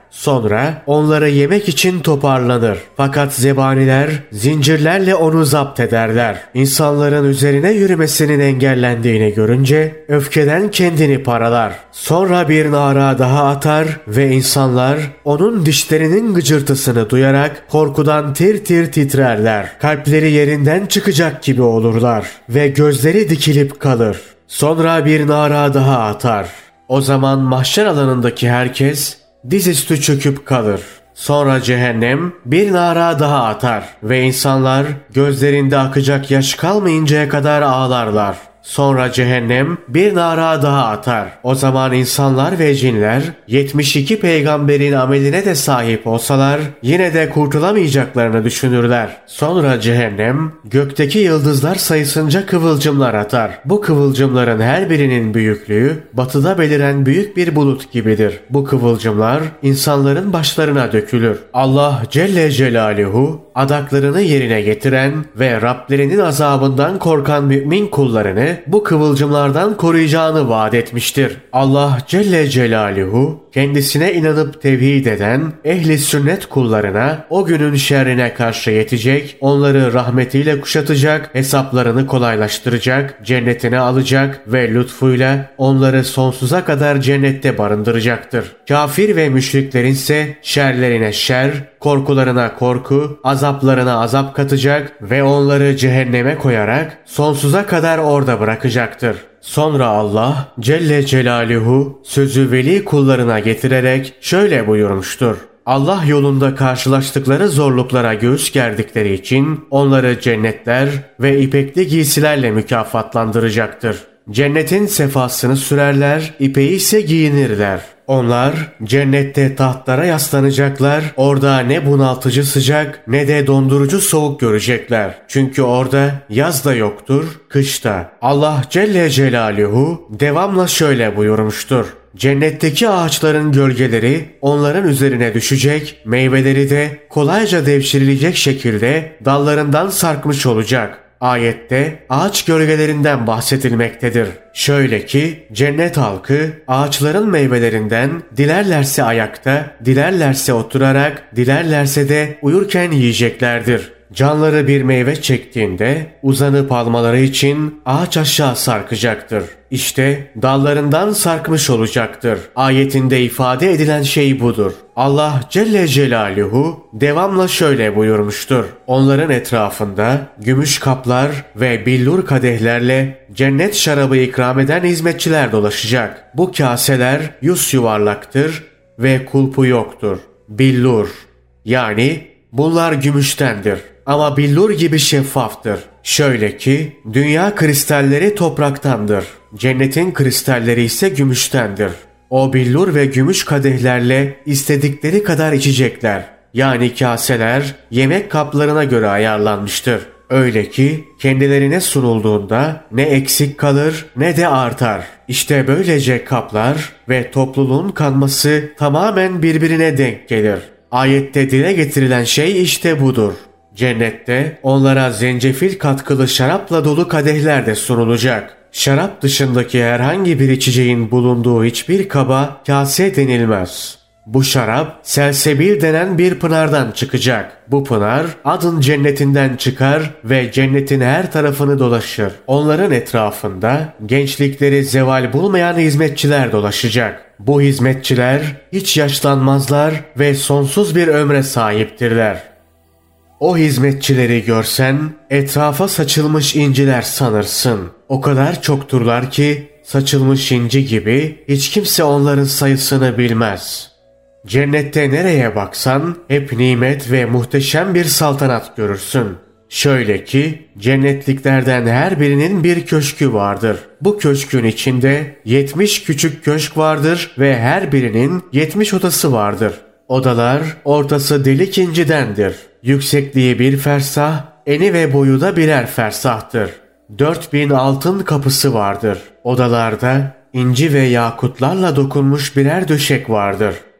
Sonra onları yemek için toparlanır. Fakat zebaniler zincirlerle onu zapt ederler. İnsanların üzerine yürümesinin engellendiğini görünce öfkeden kendini paralar. Sonra bir nara daha atar ve insanlar onun dişlerinin gıcırtısını duyarak korkudan tir tir titrerler. Kalpleri yerinden çıkacak gibi olurlar ve gözleri dikilip kalır. Sonra bir nara daha atar. O zaman mahşer alanındaki herkes dizüstü çöküp kalır. Sonra cehennem bir nara daha atar ve insanlar gözlerinde akacak yaş kalmayıncaya kadar ağlarlar. Sonra cehennem bir nara daha atar. O zaman insanlar ve cinler yetmiş iki peygamberin ameline de sahip olsalar yine de kurtulamayacaklarını düşünürler. Sonra cehennem gökteki yıldızlar sayısınca kıvılcımlar atar. Bu kıvılcımların her birinin büyüklüğü batıda beliren büyük bir bulut gibidir. Bu kıvılcımlar insanların başlarına dökülür. Allah Celle Celaluhu adaklarını yerine getiren ve Rablerinin azabından korkan mümin kullarını bu kıvılcımlardan koruyacağını vaat etmiştir. Allah Celle Celaluhu kendisine inanıp tevhid eden ehli sünnet kullarına o günün şerrine karşı yetecek, onları rahmetiyle kuşatacak, hesaplarını kolaylaştıracak, cennetine alacak ve lütfuyla onları sonsuza kadar cennette barındıracaktır. Kafir ve müşriklerin ise şerlerine şer, korkularına korku, azaplarına azap katacak ve onları cehenneme koyarak sonsuza kadar orada bırakacaktır. Sonra Allah Celle Celaluhu sözü veli kullarına getirerek şöyle buyurmuştur. Allah yolunda karşılaştıkları zorluklara göğüs gerdikleri için onları cennetler ve ipekli giysilerle mükafatlandıracaktır. Cennetin sefasını sürerler, ipeği ise giyinirler. Onlar cennette tahtlara yaslanacaklar, orada ne bunaltıcı sıcak ne de dondurucu soğuk görecekler. Çünkü orada yaz da yoktur, kış da. Allah Celle Celaluhu devamla şöyle buyurmuştur. Cennetteki ağaçların gölgeleri onların üzerine düşecek, meyveleri de kolayca devşirilecek şekilde dallarından sarkmış olacak. Ayette ağaç gölgelerinden bahsedilmektedir. Şöyle ki cennet halkı ağaçların meyvelerinden dilerlerse ayakta, dilerlerse oturarak, dilerlerse de uyurken yiyeceklerdir. Canları bir meyve çektiğinde uzanıp almaları için ağaç aşağı sarkacaktır. İşte dallarından sarkmış olacaktır. Ayetinde ifade edilen şey budur. Allah Celle Celaluhu devamla şöyle buyurmuştur. Onların etrafında gümüş kaplar ve billur kadehlerle cennet şarabı ikram eden hizmetçiler dolaşacak. Bu kaseler yüz yuvarlaktır ve kulpu yoktur. Billur yani bunlar gümüştendir. Ama billur gibi şeffaftır. Şöyle ki dünya kristalleri topraktandır. Cennetin kristalleri ise gümüştendir. O billur ve gümüş kadehlerle istedikleri kadar içecekler. Yani kaseler yemek kaplarına göre ayarlanmıştır. Öyle ki kendilerine sunulduğunda ne eksik kalır ne de artar. İşte böylece kaplar ve topluluğun kanması tamamen birbirine denk gelir. Ayette dile getirilen şey işte budur. Cennette onlara zencefil katkılı şarapla dolu kadehler de sunulacak. Şarap dışındaki herhangi bir içeceğin bulunduğu hiçbir kaba kase denilmez. Bu şarap selsebil denen bir pınardan çıkacak. Bu pınar adın cennetinden çıkar ve cennetin her tarafını dolaşır. Onların etrafında gençlikleri zeval bulmayan hizmetçiler dolaşacak. Bu hizmetçiler hiç yaşlanmazlar ve sonsuz bir ömre sahiptirler. O hizmetçileri görsen etrafa saçılmış inciler sanırsın. O kadar çokturlar ki saçılmış inci gibi hiç kimse onların sayısını bilmez. Cennette nereye baksan hep nimet ve muhteşem bir saltanat görürsün. Şöyle ki cennetliklerden her birinin bir köşkü vardır. Bu köşkün içinde yetmiş küçük köşk vardır ve her birinin yetmiş odası vardır. Odalar ortası delik incidendir. Yüksekliği bir fersah, eni ve boyu da birer fersahtır. Dört bin altın kapısı vardır. Odalarda inci ve yakutlarla dokunmuş birer döşek vardır.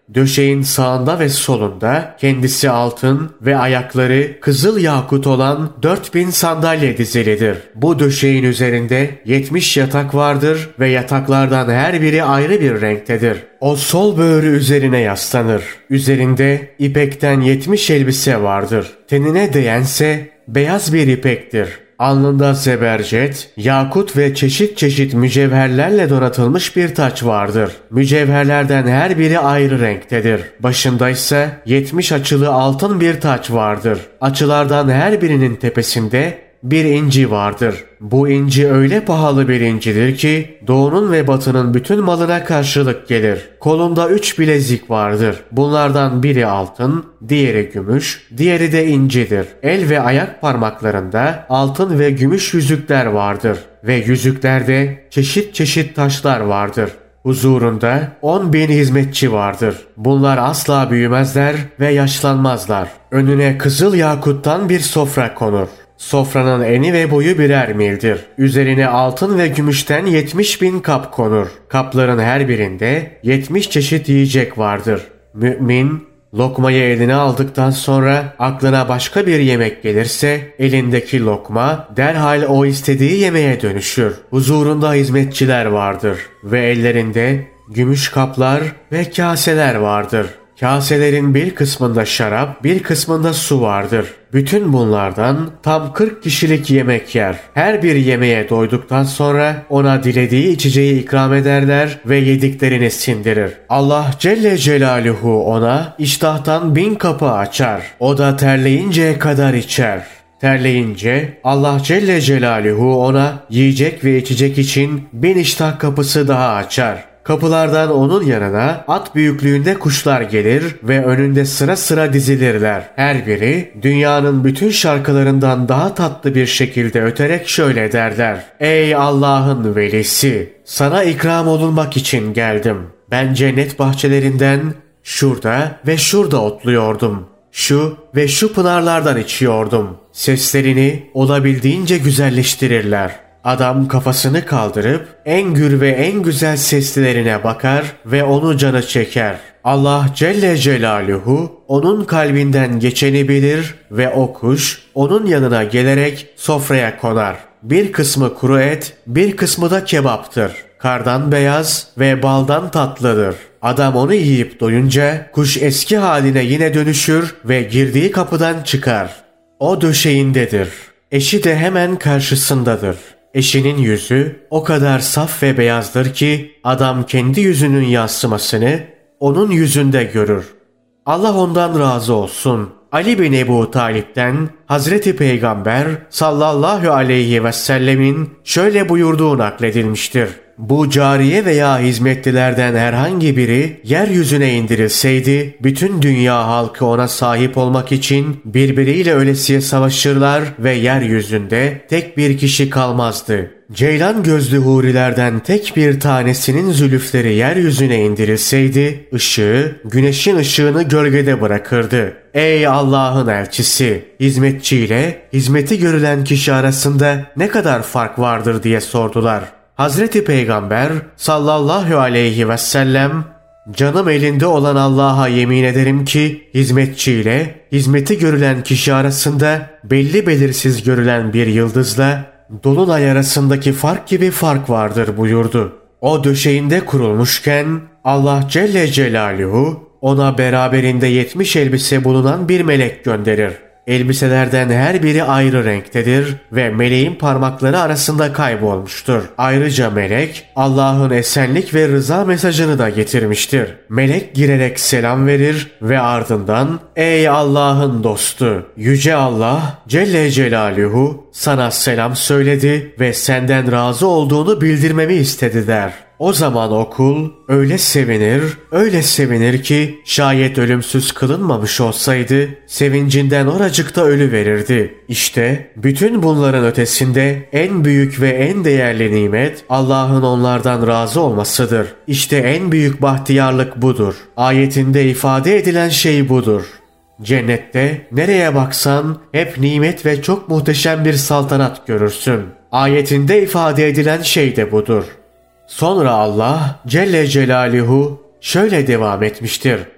Döşeğin sağında ve solunda kendisi altın ve ayakları kızıl yakut olan dört bin sandalye dizilidir. Bu döşeğin üzerinde yetmiş yatak vardır ve yataklardan her biri ayrı bir renktedir. O sol böğrü üzerine yaslanır. Üzerinde ipekten yetmiş elbise vardır. Tenine değense beyaz bir ipektir. Alnında zebercet, yakut ve çeşit çeşit mücevherlerle donatılmış bir taç vardır. Mücevherlerden her biri ayrı renktedir. Başında ise yetmiş açılı altın bir taç vardır. Açılardan her birinin tepesinde bir inci vardır. Bu inci öyle pahalı bir incidir ki doğunun ve batının bütün malına karşılık gelir. Kolunda üç bilezik vardır. Bunlardan biri altın, diğeri gümüş, diğeri de incidir. El ve ayak parmaklarında altın ve gümüş yüzükler vardır. Ve yüzüklerde çeşit çeşit taşlar vardır. Huzurunda on bin hizmetçi vardır. Bunlar asla büyümezler ve yaşlanmazlar. Önüne kızıl yakuttan bir sofra konur. Sofranın eni ve boyu birer mildir. Üzerine altın ve gümüşten yetmiş bin kap konur. Kapların her birinde yetmiş çeşit yiyecek vardır. Mümin, lokmayı eline aldıktan sonra aklına başka bir yemek gelirse elindeki lokma derhal o istediği yemeğe dönüşür. Huzurunda hizmetçiler vardır ve ellerinde gümüş kaplar ve kaseler vardır. Kaselerin bir kısmında şarap, bir kısmında su vardır. Bütün bunlardan tam kırk kişilik yemek yer. Her bir yemeğe doyduktan sonra ona dilediği içeceği ikram ederler ve yediklerini sindirir. Allah Celle Celaluhu ona iştahtan bin kapı açar. O da terleyinceye kadar içer. Terleyince Allah Celle Celaluhu ona yiyecek ve içecek için bin iştah kapısı daha açar. Kapılardan onun yanına at büyüklüğünde kuşlar gelir ve önünde sıra sıra dizilirler. Her biri dünyanın bütün şarkılarından daha tatlı bir şekilde öterek şöyle derler: Ey Allah'ın velisi! Sana ikram olunmak için geldim. Ben cennet bahçelerinden şurada ve şurada otluyordum. Şu ve şu pınarlardan içiyordum. Seslerini olabildiğince güzelleştirirler. Adam kafasını kaldırıp en gür ve en güzel seslilerine bakar ve onu canı çeker. Allah Celle Celaluhu onun kalbinden geçeni bilir ve o kuş onun yanına gelerek sofraya konar. Bir kısmı kuru et, bir kısmı da kebaptır. Kardan beyaz ve baldan tatlıdır. Adam onu yiyip doyunca kuş eski haline yine dönüşür ve girdiği kapıdan çıkar. O döşeğindedir. Eşi de hemen karşısındadır. Eşinin yüzü o kadar saf ve beyazdır ki adam kendi yüzünün yansımasını onun yüzünde görür. Allah ondan razı olsun. Ali bin Ebu Talip'ten Hazreti Peygamber sallallahu aleyhi ve sellemin şöyle buyurduğu nakledilmiştir. Bu cariye veya hizmetlilerden herhangi biri yeryüzüne indirilseydi, bütün dünya halkı ona sahip olmak için birbiriyle ölesiye savaşırlar ve yeryüzünde tek bir kişi kalmazdı. Ceylan gözlü hurilerden tek bir tanesinin zülüfleri yeryüzüne indirilseydi, ışığı, güneşin ışığını gölgede bırakırdı. Ey Allah'ın elçisi! Hizmetçiyle hizmeti görülen kişi arasında ne kadar fark vardır diye sordular. Hazreti Peygamber sallallahu aleyhi ve sellem, canım elinde olan Allah'a yemin ederim ki hizmetçiyle hizmeti görülen kişi arasında belli belirsiz görülen bir yıldızla dolunay arasındaki fark gibi fark vardır buyurdu. O döşeğinde kurulmuşken Allah Celle Celaluhu ona beraberinde yetmiş elbise bulunan bir melek gönderir. Elbiselerden her biri ayrı renktedir ve meleğin parmakları arasında kaybolmuştur. Ayrıca melek Allah'ın esenlik ve rıza mesajını da getirmiştir. Melek girerek selam verir ve ardından ey Allah'ın dostu, Yüce Allah Celle Celaluhu sana selam söyledi ve senden razı olduğunu bildirmemi istedi der. O zaman o kul öyle sevinir, öyle sevinir ki şayet ölümsüz kılınmamış olsaydı sevincinden oracıkta ölü verirdi. İşte bütün bunların ötesinde en büyük ve en değerli nimet Allah'ın onlardan razı olmasıdır. İşte en büyük bahtiyarlık budur. Ayetinde ifade edilen şey budur. Cennette nereye baksan hep nimet ve çok muhteşem bir saltanat görürsün. Ayetinde ifade edilen şey de budur. Sonra Allah Celle Celaluhu şöyle devam etmiştir.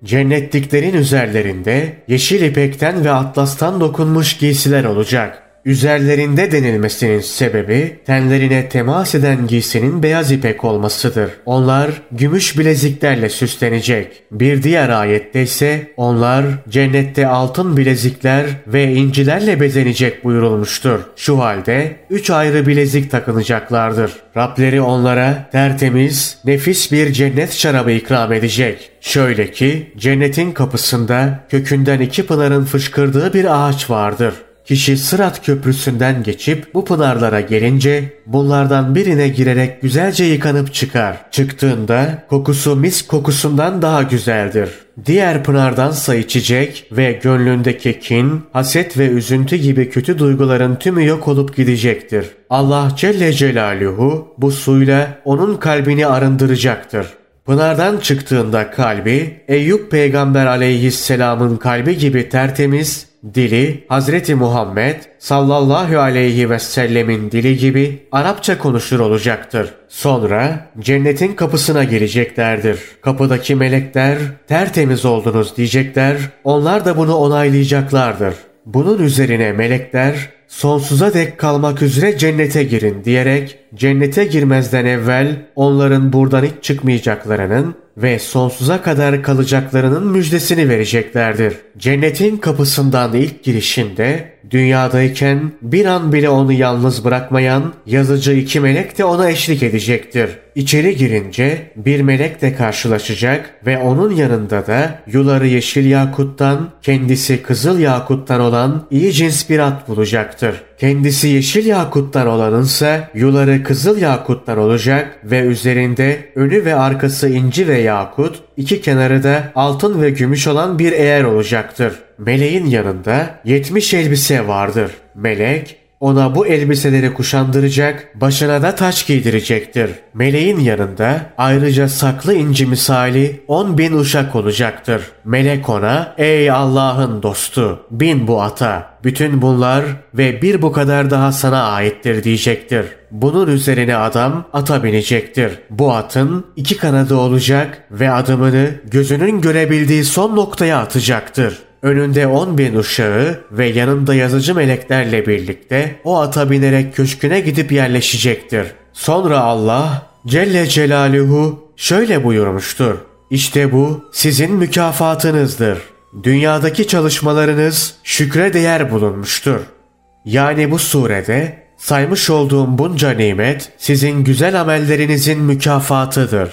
Cennetliklerin üzerlerinde yeşil ipekten ve atlastan dokunmuş giysiler olacak. Üzerlerinde denilmesinin sebebi tenlerine temas eden giysinin beyaz ipek olmasıdır. Onlar gümüş bileziklerle süslenecek. Bir diğer ayette ise onlar cennette altın bilezikler ve incilerle bezenecek buyurulmuştur. Şu halde üç ayrı bilezik takınacaklardır. Rableri onlara tertemiz, nefis bir cennet şarabı ikram edecek. Şöyle ki cennetin kapısında kökünden iki pınarın fışkırdığı bir ağaç vardır. Kişi Sırat Köprüsü'nden geçip bu pınarlara gelince bunlardan birine girerek güzelce yıkanıp çıkar. Çıktığında kokusu mis kokusundan daha güzeldir. Diğer pınardansa içecek ve gönlündeki kin, haset ve üzüntü gibi kötü duyguların tümü yok olup gidecektir. Allah Celle Celaluhu bu suyla onun kalbini arındıracaktır. Pınardan çıktığında kalbi Eyüp Peygamber aleyhisselamın kalbi gibi tertemiz, dili Hazreti Muhammed sallallahu aleyhi ve sellemin dili gibi Arapça konuşur olacaktır. Sonra cennetin kapısına gireceklerdir. Kapıdaki melekler tertemiz oldunuz diyecekler. Onlar da bunu onaylayacaklardır. Bunun üzerine melekler sonsuza dek kalmak üzere cennete girin diyerek cennete girmezden evvel onların buradan hiç çıkmayacaklarının ve sonsuza kadar kalacaklarının müjdesini vereceklerdir. Cennetin kapısından ilk girişinde dünyadayken bir an bile onu yalnız bırakmayan yazıcı iki melek de ona eşlik edecektir. İçeri girince bir melek de karşılaşacak ve onun yanında da yuları yeşil yakuttan, kendisi kızıl yakuttan olan iyi cins bir at bulacaktır. Kendisi yeşil yakuttan olanınsa yuları kızıl yakuttan olacak ve üzerinde önü ve arkası inci ve yakut, iki kenarı da altın ve gümüş olan bir eğer olacaktır. Meleğin yanında yetmiş elbise vardır. Melek ona bu elbiseleri kuşandıracak, başına da taç giydirecektir. Meleğin yanında ayrıca saklı inci misali on bin uşak olacaktır. Melek ona, ey Allah'ın dostu, bin bu ata. Bütün bunlar ve bir bu kadar daha sana aittir diyecektir. Bunun üzerine adam ata binecektir. Bu atın iki kanadı olacak ve adımını gözünün görebildiği son noktaya atacaktır. Önünde on bin uşağı ve yanında yazıcı meleklerle birlikte o ata binerek köşküne gidip yerleşecektir. Sonra Allah Celle Celaluhu şöyle buyurmuştur. İşte bu sizin mükafatınızdır. Dünyadaki çalışmalarınız şükre değer bulunmuştur. Yani bu surede saymış olduğum bunca nimet sizin güzel amellerinizin mükafatıdır.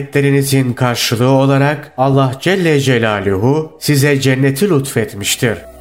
Gayretlerinizin karşılığı olarak Allah Celle Celaluhu size cenneti lütfetmiştir.